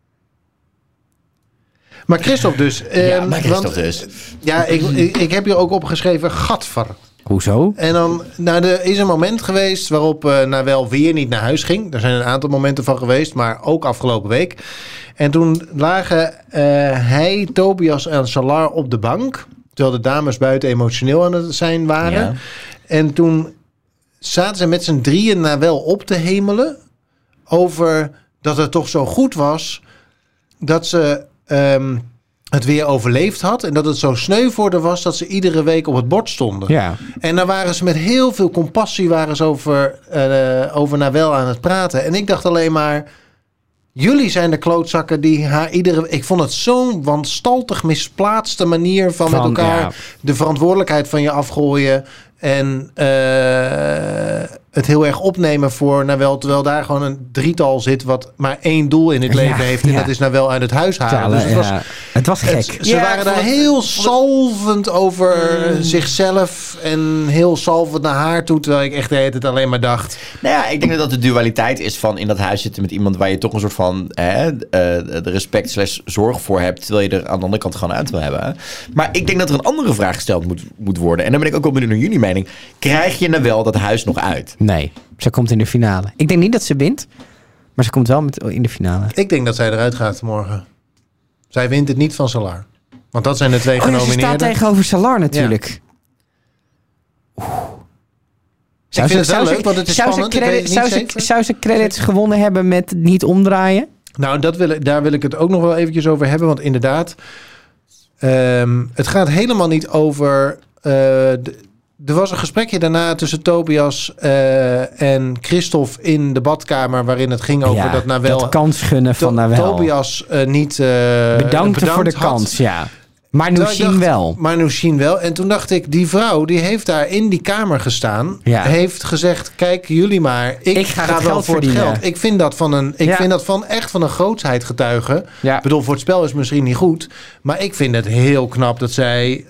Maar Christophe dus. Ja, ik heb hier ook opgeschreven gadver. Hoezo? En dan, er is een moment geweest waarop wel weer niet naar huis ging. Er zijn een aantal momenten van geweest, maar ook afgelopen week. En toen lagen hij, Tobias en Salar op de bank. Terwijl de dames buiten emotioneel aan het zijn waren. Ja. En toen zaten ze met z'n drieën Nawel op te hemelen. Over dat het toch zo goed was dat ze het weer overleefd had. En dat het zo sneu voor haar was dat ze iedere week op het bord stonden. Ja. En dan waren ze met heel veel compassie over Nawel aan het praten. En ik dacht alleen maar... Jullie zijn de klootzakken die haar ik vond het zo'n wanstaltig misplaatste manier van met elkaar de verantwoordelijkheid van je afgooien. En het heel erg opnemen voor Nawel, terwijl daar gewoon een drietal zit wat maar één doel in het leven heeft. En dat is Nawel uit het huis halen. Dus het was gek. Ze waren daar heel salvend over zichzelf en heel salvend naar haar toe, terwijl ik echt de hele tijd alleen maar dacht. Nou ja, ik denk dat de dualiteit is van in dat huis zitten met iemand waar je toch een soort van de respect/zorg voor hebt, terwijl je er aan de andere kant gewoon uit wil hebben. Maar ik denk dat er een andere vraag gesteld moet worden. En dan ben ik ook wel benieuwd naar jullie mening. Krijg je Nawel dat huis nog uit? Nee, ze komt in de finale. Ik denk niet dat ze wint, maar ze komt wel in de finale. Ik denk dat zij eruit gaat morgen. Zij wint het niet van Salar. Want dat zijn de twee genomineerden. Ze staat tegenover Salar natuurlijk. Ja. Ik vind het wel leuk, want het is spannend. Zou ze credits gewonnen hebben met niet omdraaien? Nou, daar wil ik het ook nog wel eventjes over hebben. Want inderdaad, het gaat helemaal niet over... Er was een gesprekje daarna tussen Tobias en Christophe in de badkamer, waarin het ging over dat Nawel... dat kansgunnen van Nawel. Tobias niet bedankte voor de kans, ja. Maar Noushin wel. Maar Noushin wel. En toen dacht ik, die vrouw die heeft daar in die kamer gestaan. Ja. Heeft gezegd, kijk jullie maar. Ik ga wel voor het geld. Ik vind dat echt van een grootsheid getuigen. Ja. Ik bedoel, voor het spel is misschien niet goed. Maar ik vind het heel knap dat zij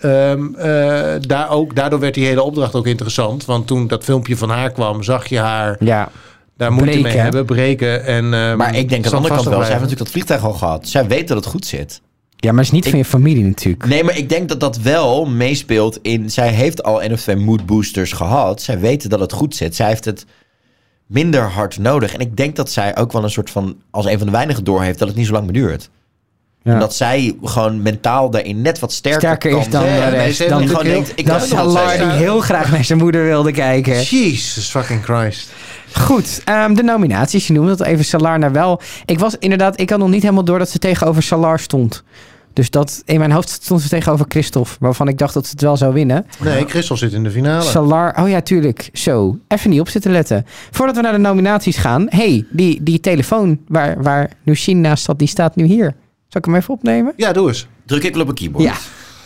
daardoor werd die hele opdracht ook interessant. Want toen dat filmpje van haar kwam, zag je haar... Ja. Daar moeite mee hebben, breken. En, maar ik denk aan de andere kant wel. Zij heeft natuurlijk dat vliegtuig al gehad. Zij weet dat het goed zit. Ja, maar het is niet van je familie natuurlijk. Nee, maar ik denk dat dat wel meespeelt in... Zij heeft al 1 of 2 mood boosters gehad. Zij weten dat het goed zit. Zij heeft het minder hard nodig. En ik denk dat zij ook wel een soort van... Als een van de weinigen doorheeft, dat het niet zo lang meer duurt. Ja. En dat zij gewoon mentaal daarin net wat sterker kan is dan de rest. Dan gewoon denkt, dat is Salar die heel graag naar zijn moeder wilde kijken. Jesus fucking Christ. Goed, de nominaties. Je noemde dat even Salar Nawel. Ik had nog niet helemaal door dat ze tegenover Salar stond. Dus dat in mijn hoofd stond ze tegenover Christophe, waarvan ik dacht dat ze het wel zou winnen. Nee, Christophe zit in de finale. Salar, oh ja, tuurlijk. Zo, even niet op zitten letten. Voordat we naar de nominaties gaan. Die telefoon waar Noushin naast zat, die staat nu hier. Zal ik hem even opnemen? Ja, doe eens. Druk ik op een keyboard. Ja.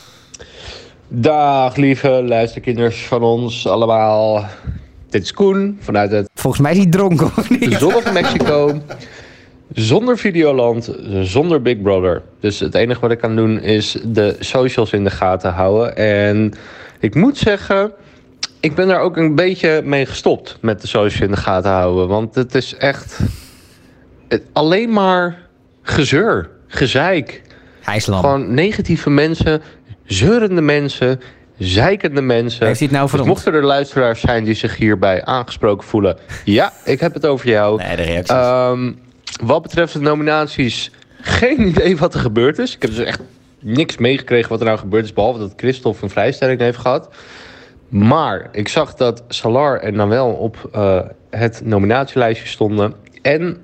Dag lieve luisterkinders van ons allemaal. Dit is Koen vanuit het... Volgens mij is hij dronken of niet? Zonnige Mexico. Zonder Videoland, zonder Big Brother. Dus het enige wat ik kan doen is de socials in de gaten houden. En ik moet zeggen, ik ben daar ook een beetje mee gestopt met de socials in de gaten houden. Want het is echt alleen maar gezeur, gezeik. Hij is lam. Gewoon negatieve mensen, zeurende mensen, zeikende mensen. Heeft hij het nou voor dus mochten er luisteraars zijn die zich hierbij aangesproken voelen. Ja, ik heb het over jou. Nee, de reacties. Wat betreft de nominaties, geen idee wat er gebeurd is. Ik heb dus echt niks meegekregen wat er nou gebeurd is, behalve dat Christophe een vrijstelling heeft gehad. Maar ik zag dat Salar en Nawel op het nominatielijstje stonden. En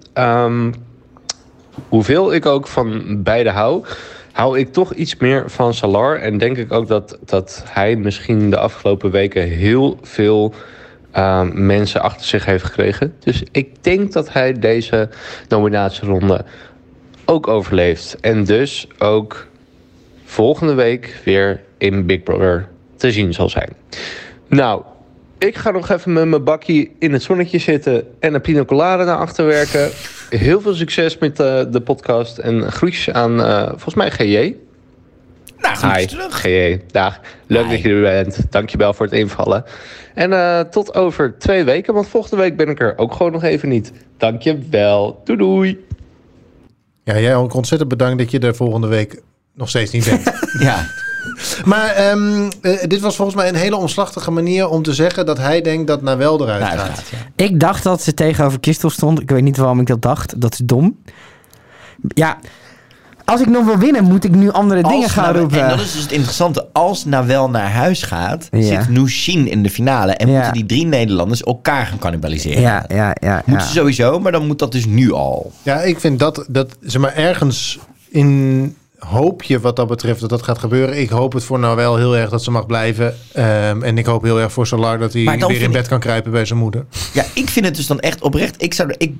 hoeveel ik ook van beide hou ik toch iets meer van Salar. En denk ik ook dat hij misschien de afgelopen weken heel veel mensen achter zich heeft gekregen. Dus ik denk dat hij deze nominatieronde ook overleeft. En dus ook volgende week weer in Big Brother te zien zal zijn. Nou, ik ga nog even met mijn bakkie in het zonnetje zitten en een pina colada naar achter werken. Heel veel succes met de podcast en groetjes aan volgens mij GJ. Nou, groetjes terug. GJ, dag. Leuk dat je er bent. Dankjewel voor het invallen. En tot over 2 weken, want volgende week ben ik er ook gewoon nog even niet. Dankjewel. Doei doei. Ja, jij ook ontzettend bedankt dat je er volgende week nog steeds niet bent. Ja. Maar dit was volgens mij een hele omslachtige manier om te zeggen dat hij denkt dat Nawel eruit gaat. Ja. Ik dacht dat ze tegenover Christophe stond. Ik weet niet waarom ik dat dacht. Dat is dom. Ja, als ik nog wil winnen, moet ik nu andere dingen gaan roepen. En dat is dus het interessante. Als Nawel naar huis gaat, zit Noushin in de finale. En moeten die 3 Nederlanders elkaar gaan cannibaliseren. Ja. Moeten ze sowieso, maar dan moet dat dus nu al. Ja, ik vind dat zeg maar ergens in... hoop je wat dat betreft dat gaat gebeuren. Ik hoop het voor Nawel heel erg dat ze mag blijven. En ik hoop heel erg voor Salar dat hij weer in bed kan kruipen bij zijn moeder. Ja, ik vind het dus dan echt oprecht.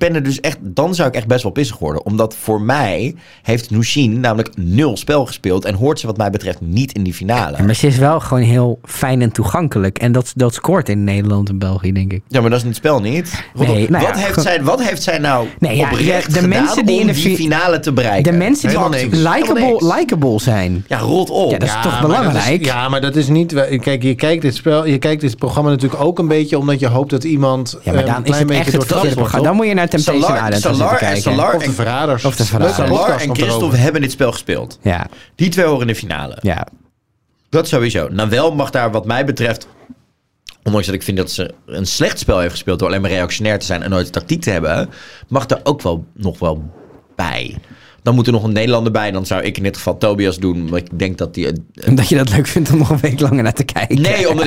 Dan zou ik echt best wel pissig worden. Omdat voor mij heeft Noushin namelijk 0 spel gespeeld. En hoort ze wat mij betreft niet in die finale. Ja, maar ze is wel gewoon heel fijn en toegankelijk. En dat scoort in Nederland en België, denk ik. Ja, maar dat is het spel niet. Nee, nou wat heeft zij nou oprecht de gedaan mensen die om in de die finale te bereiken? De mensen die likable zijn. Ja, rot op. Ja, dat is toch belangrijk? Maar dat is niet... Kijk, je kijkt dit programma natuurlijk ook een beetje omdat je hoopt dat iemand maar dan een klein beetje door het programma. Dan moet je naar Temptation Island kijken. Of de Verraders. Salar en Christophe hebben dit spel gespeeld. Ja. Die 2 horen in de finale. Ja. Dat sowieso. Nawel mag daar wat mij betreft... Ondanks dat ik vind dat ze een slecht spel heeft gespeeld... door alleen maar reactionair te zijn en nooit tactiek te hebben... mag daar ook wel nog wel bij. Dan moet er nog een Nederlander bij. Dan zou ik in dit geval Tobias doen. Want ik denk dat die... Omdat je dat leuk vindt om nog een week langer naar te kijken. Nee, omdat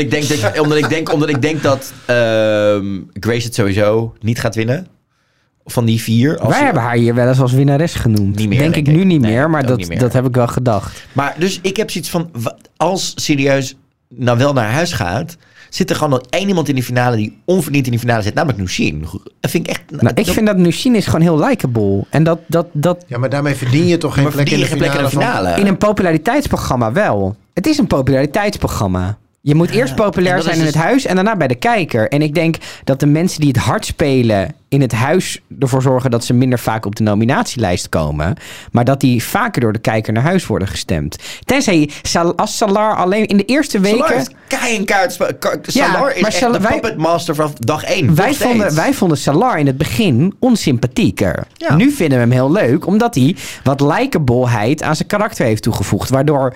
ik denk dat Grace het sowieso niet gaat winnen. Van die 4. Wij hebben haar hier wel eens als winnares genoemd. Niet meer, denk ik nu niet meer, maar niet meer. Dat heb ik wel gedacht. Maar dus ik heb zoiets van... Als serieus Nawel naar huis gaat... zit er gewoon nog 1 iemand in de finale... die onverdiend in de finale zit, namelijk Noushin. Dat vind ik echt... Ik vind dat Noushin is gewoon heel likable. En dat... Ja, maar daarmee verdien je toch geen plek in de finale? In een populariteitsprogramma wel. Het is een populariteitsprogramma. Je moet eerst populair zijn in het huis en daarna bij de kijker. En ik denk dat de mensen die het hard spelen in het huis ervoor zorgen dat ze minder vaak op de nominatielijst komen. Maar dat die vaker door de kijker naar huis worden gestemd. Tenzij als Salar alleen in de eerste weken... Salar heeft Salar is echt de puppet master van dag 1. Wij vonden Salar in het begin onsympathieker. Ja. Nu vinden we hem heel leuk, omdat hij wat likableheid aan zijn karakter heeft toegevoegd. Waardoor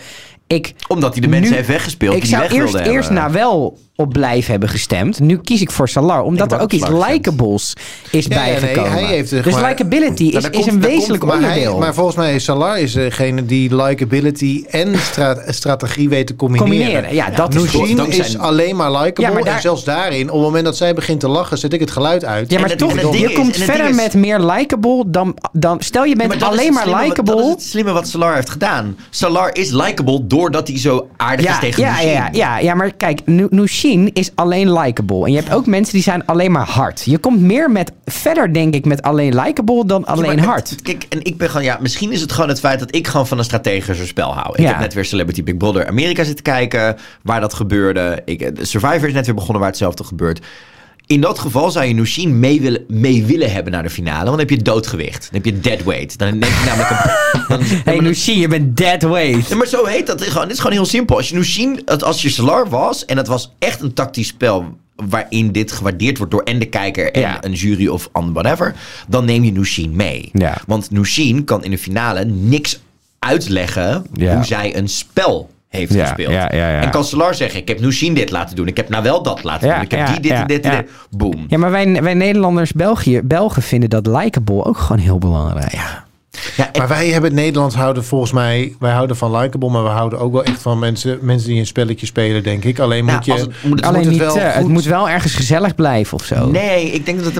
omdat hij de mensen heeft weggespeeld die weg wilden hebben. Ik zou eerst Nawel op blijven hebben gestemd. Nu kies ik voor Salar, omdat er ook iets likables is bijgekomen. Hij heeft dus likability is een wezenlijk onderdeel. Maar volgens mij is Salar degene die likability en strategie weet te combineren. Ja, dat Noushin is alleen maar likable. En zelfs daarin, op het moment dat zij begint te lachen, zet ik het geluid uit. Ja, maar toch, je komt verder met meer likable dan... Stel, je bent alleen maar likable. Dat is het slimme wat Salar heeft gedaan. Salar is likable doordat hij zo aardig is tegen Noushin. Ja, maar kijk, Noushin is alleen likable. En je hebt ook mensen die zijn alleen maar hard. Je komt meer verder, denk ik, met alleen likable dan alleen hard. Kijk, en ik ben gewoon... misschien is het gewoon het feit dat ik gewoon van een strategische spel hou. Ik heb net weer Celebrity Big Brother Amerika zitten kijken, waar dat gebeurde. Survivor is net weer begonnen, waar hetzelfde gebeurt. In dat geval zou je Noushin mee willen hebben naar de finale. Want dan heb je doodgewicht. Dan heb je deadweight. Dan neem je namelijk hey Noushin, je bent deadweight. Ja, maar zo heet dat. Het is gewoon heel simpel. Als je Noushin, als je Salar was... en het was echt een tactisch spel... waarin dit gewaardeerd wordt door en de kijker... en een jury of whatever... dan neem je Noushin mee. Ja. Want Noushin kan in de finale niks uitleggen... hoe zij een spel heeft gespeeld. En kan Salar zeggen, ik heb Noushin dit laten doen. Ik heb Nawel dat laten doen. Ik heb dit en dit en dit. Boom. Ja, maar wij Nederlanders, Belgen vinden dat likable ook gewoon heel belangrijk. Ja. Maar wij hebben Nederland houden volgens mij... Wij houden van likable, maar we houden ook wel echt van mensen die een spelletje spelen, denk ik. Alleen moet je... Het moet wel ergens gezellig blijven of zo. Nee, ik denk dat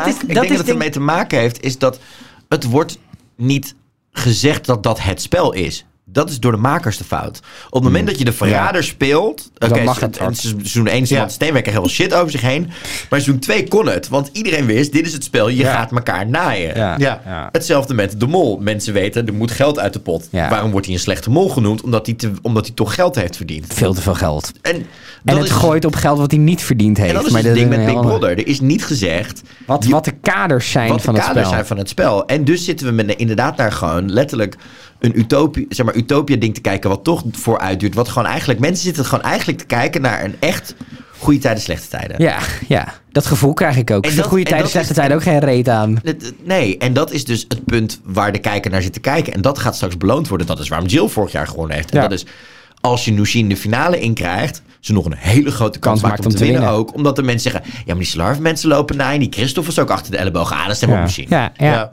het ermee te maken heeft... is dat het wordt niet gezegd dat het spel is. Dat is door de makers de fout. Op het moment dat je de Verrader speelt... Dan mag het. Seizoen 1 Steenwijk krijgt heel veel shit over zich heen. Maar seizoen 2 kon het. Want iedereen wist, dit is het spel. Je gaat elkaar naaien. Ja. Hetzelfde met de mol. Mensen weten, er moet geld uit de pot. Ja. Waarom wordt hij een slechte mol genoemd? Omdat hij toch geld heeft verdiend. Veel te veel geld. En het gooit op geld wat hij niet verdiend heeft. En dat is het ding met Big Brother. Er is niet gezegd... Wat de kaders zijn van het spel. En dus zitten we inderdaad naar gewoon letterlijk... een utopia-ding te kijken wat toch vooruitduurt. Wat gewoon eigenlijk... Mensen zitten gewoon eigenlijk te kijken naar een echt goede tijden, slechte tijden. Ja. Dat gevoel krijg ik ook. De goede tijden, slechte tijden ook geen reet aan. Nee, en dat is dus het punt waar de kijker naar zit te kijken. En dat gaat straks beloond worden. Dat is waarom Jill vorig jaar gewonnen heeft. En dat is, als je Noushin de finale inkrijgt... ze nog een hele grote kans maakt om te winnen ook. Omdat de mensen zeggen... ja, maar die Salar mensen lopen naar... die Christophe is ook achter de elleboog aan. Dat is helemaal Noushin. Ja.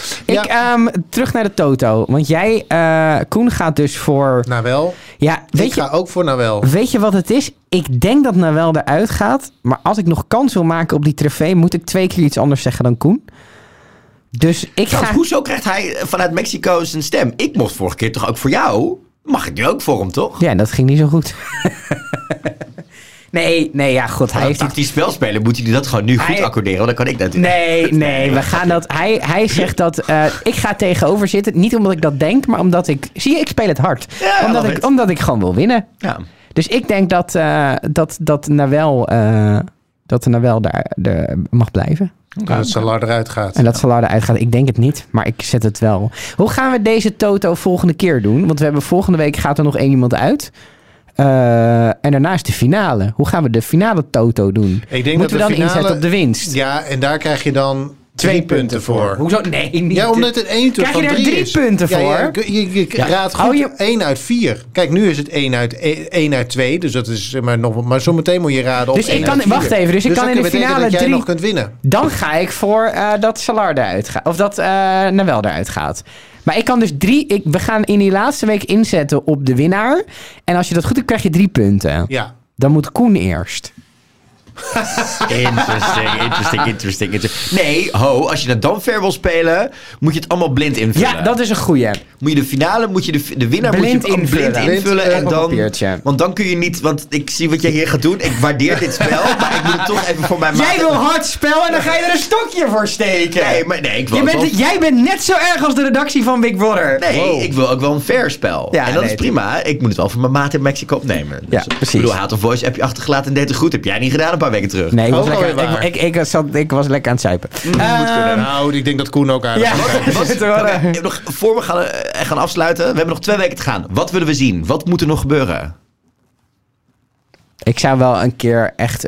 Terug naar de Toto. Want jij, Koen, gaat dus voor... Nawel. Ja, ik ga ook voor Nawel. Weet je wat het is? Ik denk dat Nawel eruit gaat. Maar als ik nog kans wil maken op die trofee... moet ik 2 keer iets anders zeggen dan Koen. Dus ik ga... Hoezo krijgt hij vanuit Mexico zijn stem? Ik mocht vorige keer toch ook voor jou? Mag ik nu ook voor hem, toch? Ja, dat ging niet zo goed. Nee, ja, god. Hij heeft tactisch spel spelen, moet hij dat gewoon nu goed accorderen? Want dan kan ik dat Nee, we gaan dat... Hij zegt dat... ik ga tegenover zitten. Niet omdat ik dat denk, maar omdat ik... Zie je, ik speel het hard. Ja, omdat ik gewoon wil winnen. Ja. Dus ik denk dat Nawel daar mag blijven. En dat Salar eruit gaat. En dat Salar eruit gaat. Ik denk het niet, maar ik zet het wel. Hoe gaan we deze Toto volgende keer doen? Want we hebben volgende week gaat er nog 1 iemand uit. En daarna is de finale. Hoe gaan we de finale Toto doen? Moeten we dan inzetten op de winst? Ja, en daar krijg je dan 2 punten voor. Hoezo? Nee, niet. Ja, omdat het 1 krijg je daar 3 punten voor? Je raadt goed 1 uit 4. Kijk, nu is het 1 uit 2. Dus dat is maar zometeen moet je raden op dus 1 uit 4. Wacht even. Dus ik kan in de finale dat jij nog kunt winnen. Dan ga ik voor dat Salar eruit gaat. Of dat Nawel eruit gaat. Maar ik kan dus 3... We gaan in die laatste week inzetten op de winnaar. En als je dat goed hebt, krijg je 3 punten. Ja. Dan moet Koen eerst. Interesting. Nee, als je dat dan fair wil spelen, moet je het allemaal blind invullen. Ja, dat is een goeie. Moet je de finale, moet je de winnaar blind moet je blind invullen en dan... Want dan kun je niet, want ik zie wat jij hier gaat doen. Ik waardeer dit spel, maar ik moet het toch even voor mijn maat... Jij wil hard spel en dan ga je er een stokje voor steken. Nee, ik wil jij bent net zo erg als de redactie van Big Brother. Nee, ik wil ook wel een fair spel. Ja, en dat is prima. Ik moet het wel voor mijn maat in Mexico opnemen. Dus, ja, precies. Ik bedoel, hij had een voice appje achtergelaten en deed het goed. Heb jij niet gedaan een paar weken terug? Nee, ik was lekker aan het zuipen. Nou, ik denk dat Koen ook aardig nog voor we gaan afsluiten. We hebben nog 2 weken te gaan. Wat willen we zien? Wat moet er nog gebeuren? Ik zou wel een keer echt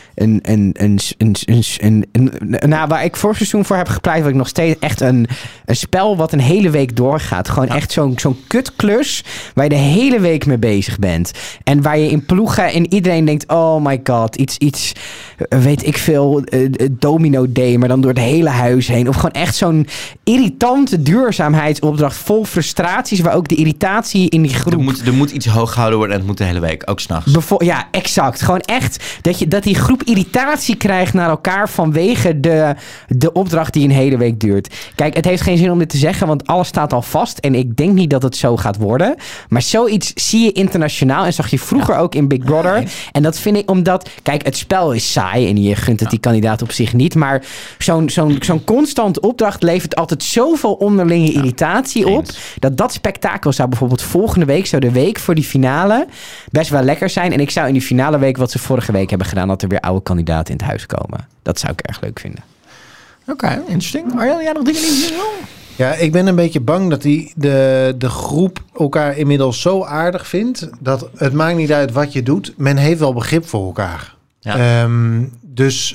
waar ik vorig seizoen voor heb gepleit, wat ik nog steeds echt een spel wat een hele week doorgaat. Gewoon echt zo'n kutklus waar je de hele week mee bezig bent. En waar je in ploegen en iedereen denkt, oh my god, iets weet ik veel, domino day, maar dan door het hele huis heen. Of gewoon echt zo'n irritante duurzaamheidsopdracht vol frustraties, waar ook de irritatie in die groep... Er moet iets hoog gehouden worden en het moet de hele week, ook s'nachts. Ja, exact. Gewoon echt dat die groep irritatie krijgt naar elkaar vanwege de opdracht die een hele week duurt. Kijk, het heeft geen zin om dit te zeggen, want alles staat al vast. En ik denk niet dat het zo gaat worden. Maar zoiets zie je internationaal en zag je vroeger ook in Big Brother. Ja, en dat vind ik omdat... Kijk, het spel is saai en je gunt het die kandidaat op zich niet. Maar zo'n constante opdracht levert altijd zoveel onderlinge irritatie op. Dat spektakel zou bijvoorbeeld volgende week, zo de week voor die finale, best wel lekker zijn. En ik zou in die finale week, wat ze vorige week hebben gedaan, dat er weer oude kandidaten in het huis komen. Dat zou ik erg leuk vinden. Oké, interesting. Arjan, jij nog dingen die je wil? Ja, ik ben een beetje bang dat de groep elkaar inmiddels zo aardig vindt dat het maakt niet uit wat je doet. Men heeft wel begrip voor elkaar. Ja. Dus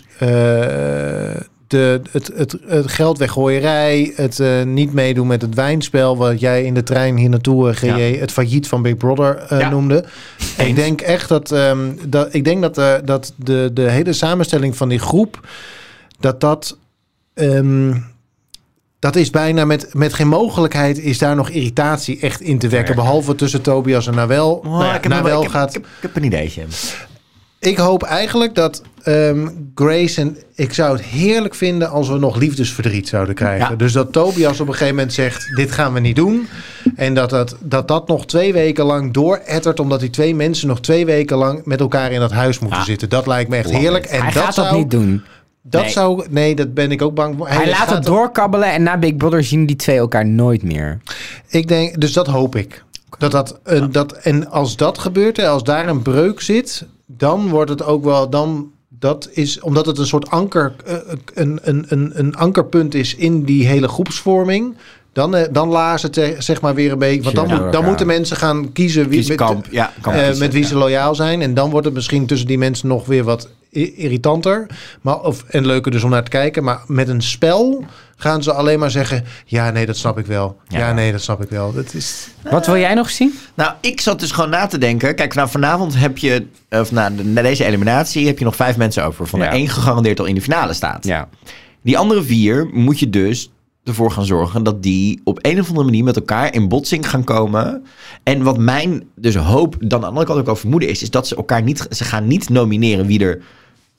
het geld weggooierij, het niet meedoen met het wijnspel, wat jij in de trein hier naartoe, GJ, het failliet van Big Brother noemde. Ik denk echt dat de hele samenstelling van die groep, dat is bijna met geen mogelijkheid is daar nog irritatie echt in te wekken. Behalve tussen Tobias en Nawel. Ik heb een ideetje. Ik hoop eigenlijk dat Grace en... Ik zou het heerlijk vinden als we nog liefdesverdriet zouden krijgen. Ja. Dus dat Tobias op een gegeven moment zegt, dit gaan we niet doen. En dat nog 2 weken lang doorettert, omdat die 2 mensen nog 2 weken lang met elkaar in dat huis moeten zitten. Dat lijkt me echt heerlijk. En hij gaat dat niet doen. Dat ben ik ook bang voor. Hij laat het doorkabbelen en na Big Brother zien die 2 elkaar nooit meer. Ik denk, dus dat hoop ik. En als dat gebeurt, als daar een breuk zit, dan wordt het ook wel... Dat is omdat het een soort een ankerpunt is in die hele groepsvorming. Dan laat het zeg maar weer een beetje. Want dan moeten mensen gaan kiezen met wie ze loyaal zijn. En dan wordt het misschien tussen die mensen nog weer wat irritanter. En leuker dus om naar te kijken. Maar met een spel gaan ze alleen maar zeggen, ja, nee, dat snap ik wel. Ja, nee, dat snap ik wel. Dat is... Wat wil jij nog zien? Nou, ik zat dus gewoon na te denken. Kijk, vanavond heb je, na deze eliminatie, heb je nog 5 mensen over. Van de 1 gegarandeerd al in de finale staat. Ja. Die andere 4 moet je dus ervoor gaan zorgen dat die op een of andere manier met elkaar in botsing gaan komen. En wat mijn dus hoop dan aan de andere kant ook al vermoeden is dat ze elkaar niet, ze gaan niet nomineren wie er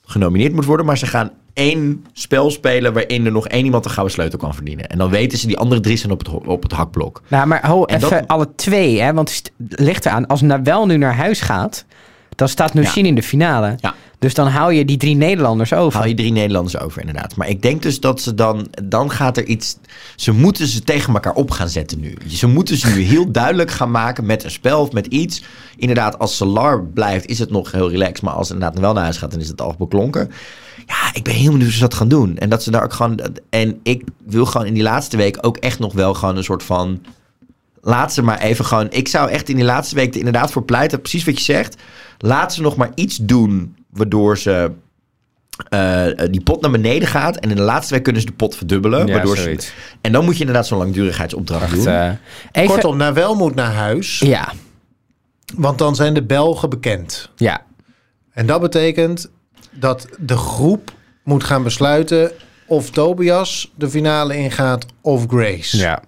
genomineerd moet worden. Maar ze gaan 1 spel spelen waarin er nog 1 iemand een gouden sleutel kan verdienen. En dan weten ze, die andere 3 zijn op het hakblok. Nou, maar even alle 2, hè? Want het ligt eraan, als Nawel nu naar huis gaat, dan staat Nushin in de finale. Ja. Dus dan hou je die 3 Nederlanders over. Hou je 3 Nederlanders over, inderdaad. Maar ik denk dus dat ze dan gaat er iets... Ze moeten ze tegen elkaar op gaan zetten nu. Ze moeten ze nu heel duidelijk gaan maken met een spel of met iets. Inderdaad, als Salar blijft, is het nog heel relaxed. Maar als inderdaad wel naar huis gaat, dan is het al beklonken. Ja, ik ben heel benieuwd hoe ze dat gaan doen. En dat ze daar ook gewoon... En ik wil gewoon in die laatste week ook echt nog wel gewoon een soort van... Laat ze maar even gewoon... Ik zou echt in die laatste week er inderdaad voor pleiten. Precies wat je zegt. Laat ze nog maar iets doen waardoor ze die pot naar beneden gaat. En in de laatste week kunnen ze de pot verdubbelen. Ja, waardoor en dan moet je inderdaad zo'n langdurigheidsopdracht doen. Kortom, Nawel moet naar huis. Ja. Want dan zijn de Belgen bekend. Ja. En dat betekent dat de groep moet gaan besluiten of Tobias de finale ingaat of Grace. Ja.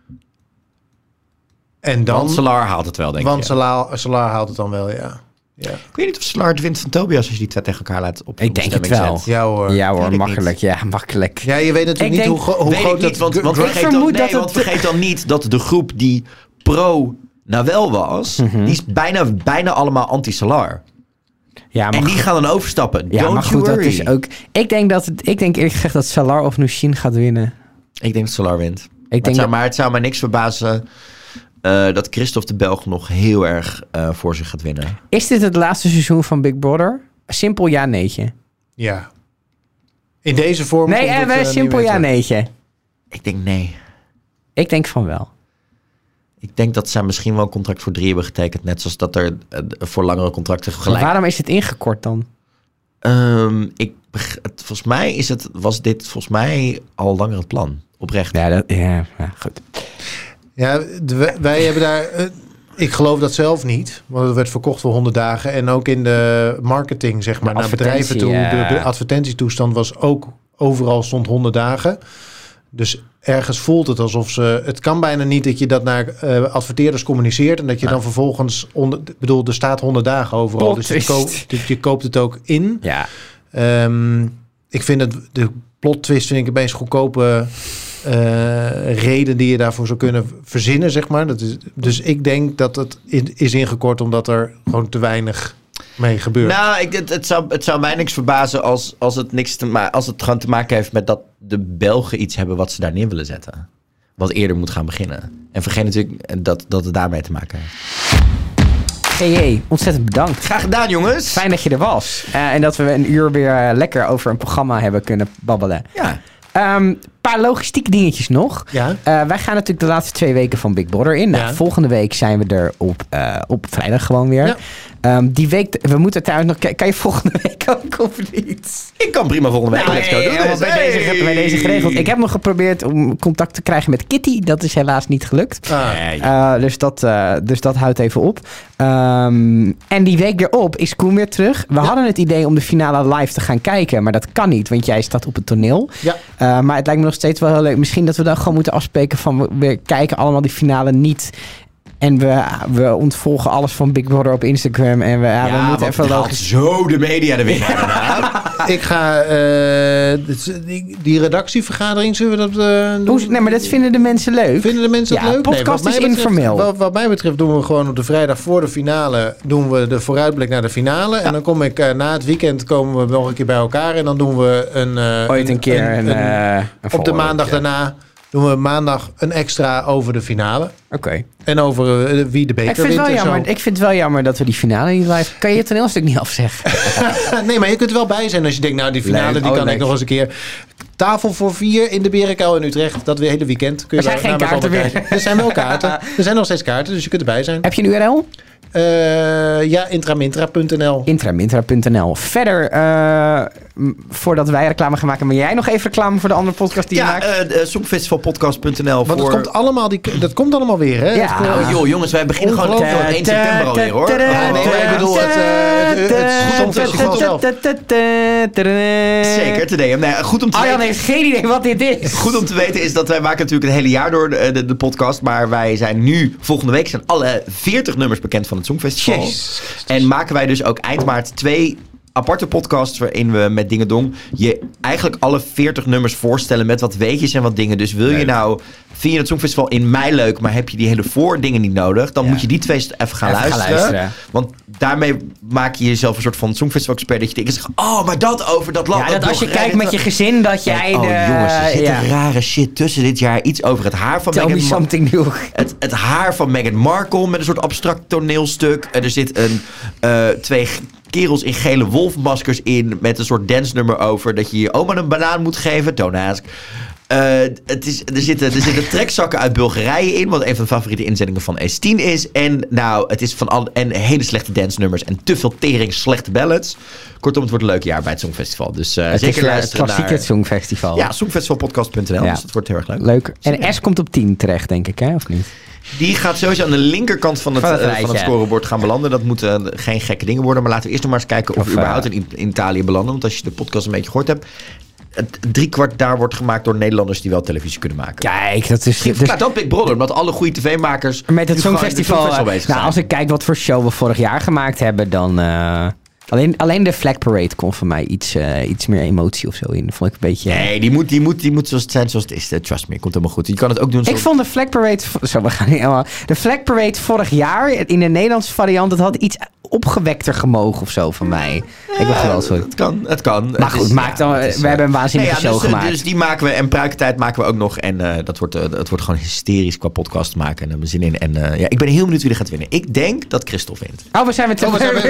En dan, want Salar haalt het wel, denk ik. Want Salar haalt het dan wel, ja. Ja. Ik weet niet of Salar het wint van Tobias als je die 2 tegen elkaar laat op. Ik denk het wel. Ja hoor, makkelijk. Ja, makkelijk. Ja, je weet natuurlijk niet hoe groot dat... Want vergeet dan niet dat de groep die pro-Nawel was... die is bijna allemaal anti-Salar. Ja, maar en die gaan dan overstappen. Ja, maar goed, dat is ook... Ik denk eerlijk gezegd dat Salar of Nushin gaat winnen. Ik denk dat Salar wint. Maar het zou mij niks verbazen... dat Christophe de Belg nog heel erg voor zich gaat winnen. Is dit het laatste seizoen van Big Brother? Simpel ja, neetje. Ja. In deze vorm... Nee, simpel ja, neetje. Ik denk nee. Ik denk van wel. Ik denk dat zij misschien wel een contract voor 3 hebben getekend. Net zoals dat er voor langere contracten gelijk... Maar waarom is het ingekort dan? Volgens mij was dit al langer het plan. Oprecht. Ja, goed. Ja, wij hebben daar... ik geloof dat zelf niet. Want het werd verkocht voor 100 dagen. En ook in de marketing, zeg maar, naar bedrijven toe. De advertentietoestand was ook... Overal stond 100 dagen. Dus ergens voelt het alsof ze... Het kan bijna niet dat je dat naar adverteerders communiceert... en dat je dan vervolgens... er staat 100 dagen overal. Dus je koopt het ook in. Ja. Ik vind het... De plot twist vind ik een meest goedkope... reden die je daarvoor zou kunnen verzinnen, zeg maar. Dus ik denk dat het is ingekort omdat er gewoon te weinig mee gebeurt. Nou, het zou mij niks verbazen als het gewoon te maken heeft met dat de Belgen iets hebben wat ze daar neer willen zetten. Wat eerder moet gaan beginnen. En vergeet natuurlijk dat het daarmee te maken heeft. GJ, ontzettend bedankt. Graag gedaan, jongens. Fijn dat je er was. En dat we een uur weer lekker over een programma hebben kunnen babbelen. Ja. Paar logistieke dingetjes nog. Ja. Wij gaan natuurlijk de laatste 2 weken van Big Brother in. Nou, volgende week zijn we er op vrijdag gewoon weer. Ja. Die week, we moeten trouwens nog... Kan je volgende week ook of niet? Ik kan prima volgende week. Let's go doen. Bij deze geregeld. Ik heb nog geprobeerd om contact te krijgen met Kitty. Dat is helaas niet gelukt. Dus dat houdt even op. En die week erop is Koen weer terug. We hadden het idee om de finale live te gaan kijken. Maar dat kan niet, want jij staat op het toneel. Ja. Maar het lijkt me nog steeds wel heel leuk. Misschien dat we dan gewoon moeten afspreken van... We kijken allemaal die finale niet... En we ontvolgen alles van Big Brother op Instagram. En we moeten even logisch... zo de media de winnaar. Ik ga... die redactievergadering, zullen we dat doen? Nee, maar dat vinden de mensen leuk. Vinden de mensen het leuk? Podcast is informeel. Wat mij betreft doen we gewoon op de vrijdag voor de finale... doen we de vooruitblik naar de finale. Ja. En dan kom ik na het weekend komen we nog een keer bij elkaar. En dan doen we op de maandag daarna... doen we maandag een extra over de finale. Oké. En over wie de beker wint en zo. Ik vind het wel jammer dat we die finale niet live... Kan je het toneelstuk niet afzeggen? Nee, maar je kunt er wel bij zijn als je denkt... nou, die finale die kan ik nog eens een keer... Tafel voor 4 in de Berenkuil in Utrecht. Dat hele weekend. Kun je er zijn geen kaarten meer. Er zijn wel kaarten. Er zijn nog steeds kaarten, dus je kunt erbij zijn. Heb je een URL? Intramintra.nl. Intramintra.nl. Verder, voordat wij reclame gaan maken... maar jij nog even reclame voor de andere podcast die je maakt? Songfestivalpodcast.nl. Want dat komt allemaal weer, hè? Ja. Joh, jongens, wij beginnen gewoon op 1 september alweer, hoor. Nee, maar ik bedoel, het Songfestival zelf. Zeker, te DM. Nee, goed om te Arjan heeft geen idee wat dit is. Goed om te weten is dat wij maken natuurlijk het hele jaar door de podcast. Maar wij zijn nu, volgende week zijn alle 40 nummers bekend van het Songfestival. Jezus. En maken wij dus ook eind maart 2 aparte podcasts waarin we met Ding Dong je eigenlijk alle 40 nummers voorstellen met wat weetjes en wat dingen. Dus vind je het Songfestival in mei leuk, maar heb je die hele voordingen niet nodig, dan moet je die 2 even gaan luisteren. Want daarmee maak je jezelf een soort van Songfestival-expert dat je denkt, maar dat over dat land. Ja, dat als je kijkt met je gezin, dat jij jongens, er zit een rare shit tussen dit jaar. Iets over het haar van Tell me something new. Het haar van Meghan Markle met een soort abstract toneelstuk. Er zit 2 kerels in gele wolfmaskers in met een soort dansnummer over dat je oma een banaan moet geven. Don't ask. Er zitten trekzakken uit Bulgarije in, wat een van de favoriete inzendingen van S10 is. En het is en hele slechte dansnummers en te veel tering slechte ballads. Kortom, het wordt een leuk jaar bij het Songfestival. Dus zeker luisteren het klassieke Songfestival. Ja, songfestivalpodcast.nl. Dus het wordt heel erg leuk. Leuk. En S komt op 10 terecht, denk ik, hè? Of niet? Die gaat sowieso aan de linkerkant van het scorebord gaan belanden. Dat moeten geen gekke dingen worden. Maar laten we eerst nog maar eens kijken of we überhaupt in Italië belanden. Want als je de podcast een beetje gehoord hebt, 3/4 daar wordt gemaakt door Nederlanders die wel televisie kunnen maken. Kijk, dat is... dan Big Brother, omdat alle goede tv-makers met het Songfestival bezig zijn. Als ik kijk wat voor show we vorig jaar gemaakt hebben, dan... Alleen de Flag Parade kon voor mij iets meer emotie of zo in. Vond ik een beetje... Nee, die moet zoals het is. Trust me, komt helemaal goed. Je kan het ook doen. Ik vond de Flag Parade... we gaan niet helemaal... De Flag Parade vorig jaar in de Nederlandse variant, dat had iets opgewekter gemogen of zo van mij. Ik ben wel sorry. Het kan. Maar goed, we hebben een waanzinnige show gemaakt. Dus die maken we en Pruikentijd maken we ook nog. En het wordt gewoon hysterisch qua podcast te maken. En daar hebben we zin in. En ik ben heel benieuwd wie er gaat winnen. Ik denk dat Christel wint. We zijn weer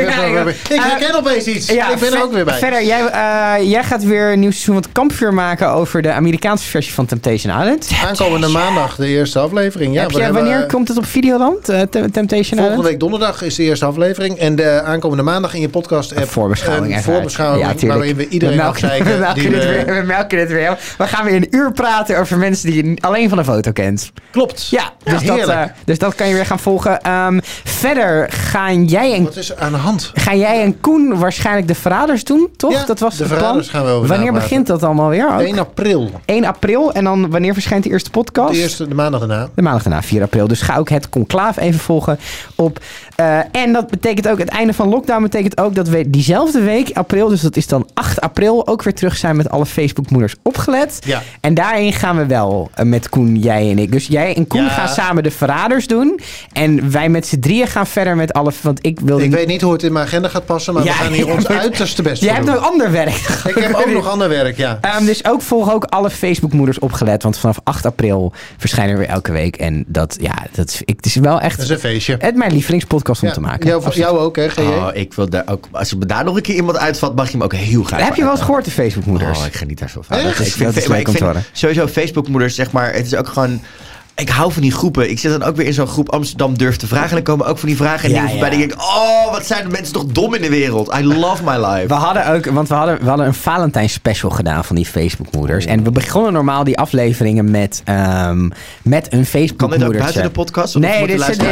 ik herken opeens iets. Ik ben er ook weer bij. Verder, jij gaat weer een nieuw seizoen van het Kampvuur maken over de Amerikaanse versie van Temptation Island. Aankomende maandag de eerste aflevering. Ja, wanneer komt het op Videoland, Temptation Island? Volgende week donderdag is de eerste aflevering. En de aankomende maandag in je podcast-app. Voorbeschouwing. Waarin we iedereen afzeiken. We melken het weer. We gaan weer een uur praten over mensen die je alleen van een foto kent. Klopt. Ja, dus dat kan je weer gaan volgen. Verder gaan jij en... Wat is er aan de hand? Gaan jij en Koen waarschijnlijk de Verraders doen, toch? Ja, dat was de het Verraders plan. gaan we over Wanneer begint dat allemaal weer? 1 april. 1 april. En dan wanneer verschijnt de eerste podcast? De maandag daarna. De maandag daarna, 4 april. Dus ga ook het conclaaf even volgen op... en dat betekent ook, het einde van lockdown betekent ook dat we diezelfde week, april, dus dat is dan 8 april, ook weer terug zijn met alle Facebook-moeders opgelet. Ja. En daarin gaan we wel met Koen, jij en ik. Dus jij en Koen gaan samen de Verraders doen. En wij met z'n drieën gaan verder met alle... Want ik weet niet hoe het in mijn agenda gaat passen, maar we gaan hier ons uiterste best voor doen. Jij hebt nog ander werk. Ik heb ook nog ander werk, ja. Dus volg ook alle Facebook-moeders opgelet. Want vanaf 8 april verschijnen we weer elke week. En het is wel echt... Dat is een feestje. Het mijn lievelingspodcast om te maken. Jou ook, hè, GJ? Ik wil daar ook... Als er daar nog een keer iemand uitvalt, mag je hem ook heel graag... Heb je wel eens gehoord, de Facebook-moeders? Ik geniet daar zo van. Dat is leuk om te horen. Sowieso Facebook-moeders, zeg maar, het is ook gewoon... Ik hou van die groepen. Ik zit dan ook weer in zo'n groep Amsterdam Durf te Vragen. En dan komen ook van die vragen en dingen voorbij. Dan denk ik, wat zijn de mensen toch dom in de wereld. I love my life. We hadden een Valentijn special gedaan van die Facebookmoeders. En we begonnen normaal die afleveringen met een Facebookmoedertje. Kan dit ook buiten de podcast? Nee,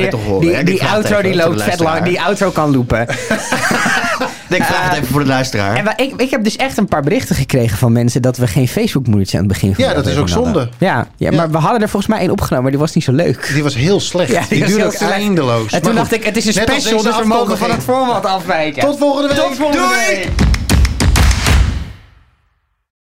die outro die loopt vet lang. Die outro kan loopen. Ik vraag het even voor de luisteraar. En ik heb dus echt een paar berichten gekregen van mensen dat we geen Facebookmoedertje aan het begin van dat is ook zonde. Ja, maar we hadden er volgens mij één opgenomen, maar die was niet zo leuk. Die was heel slecht. Ja, die duurde ook eindeloos. En toen dacht ik, het is een special, dus we mogen van het format afwijken. Tot volgende week. Doei!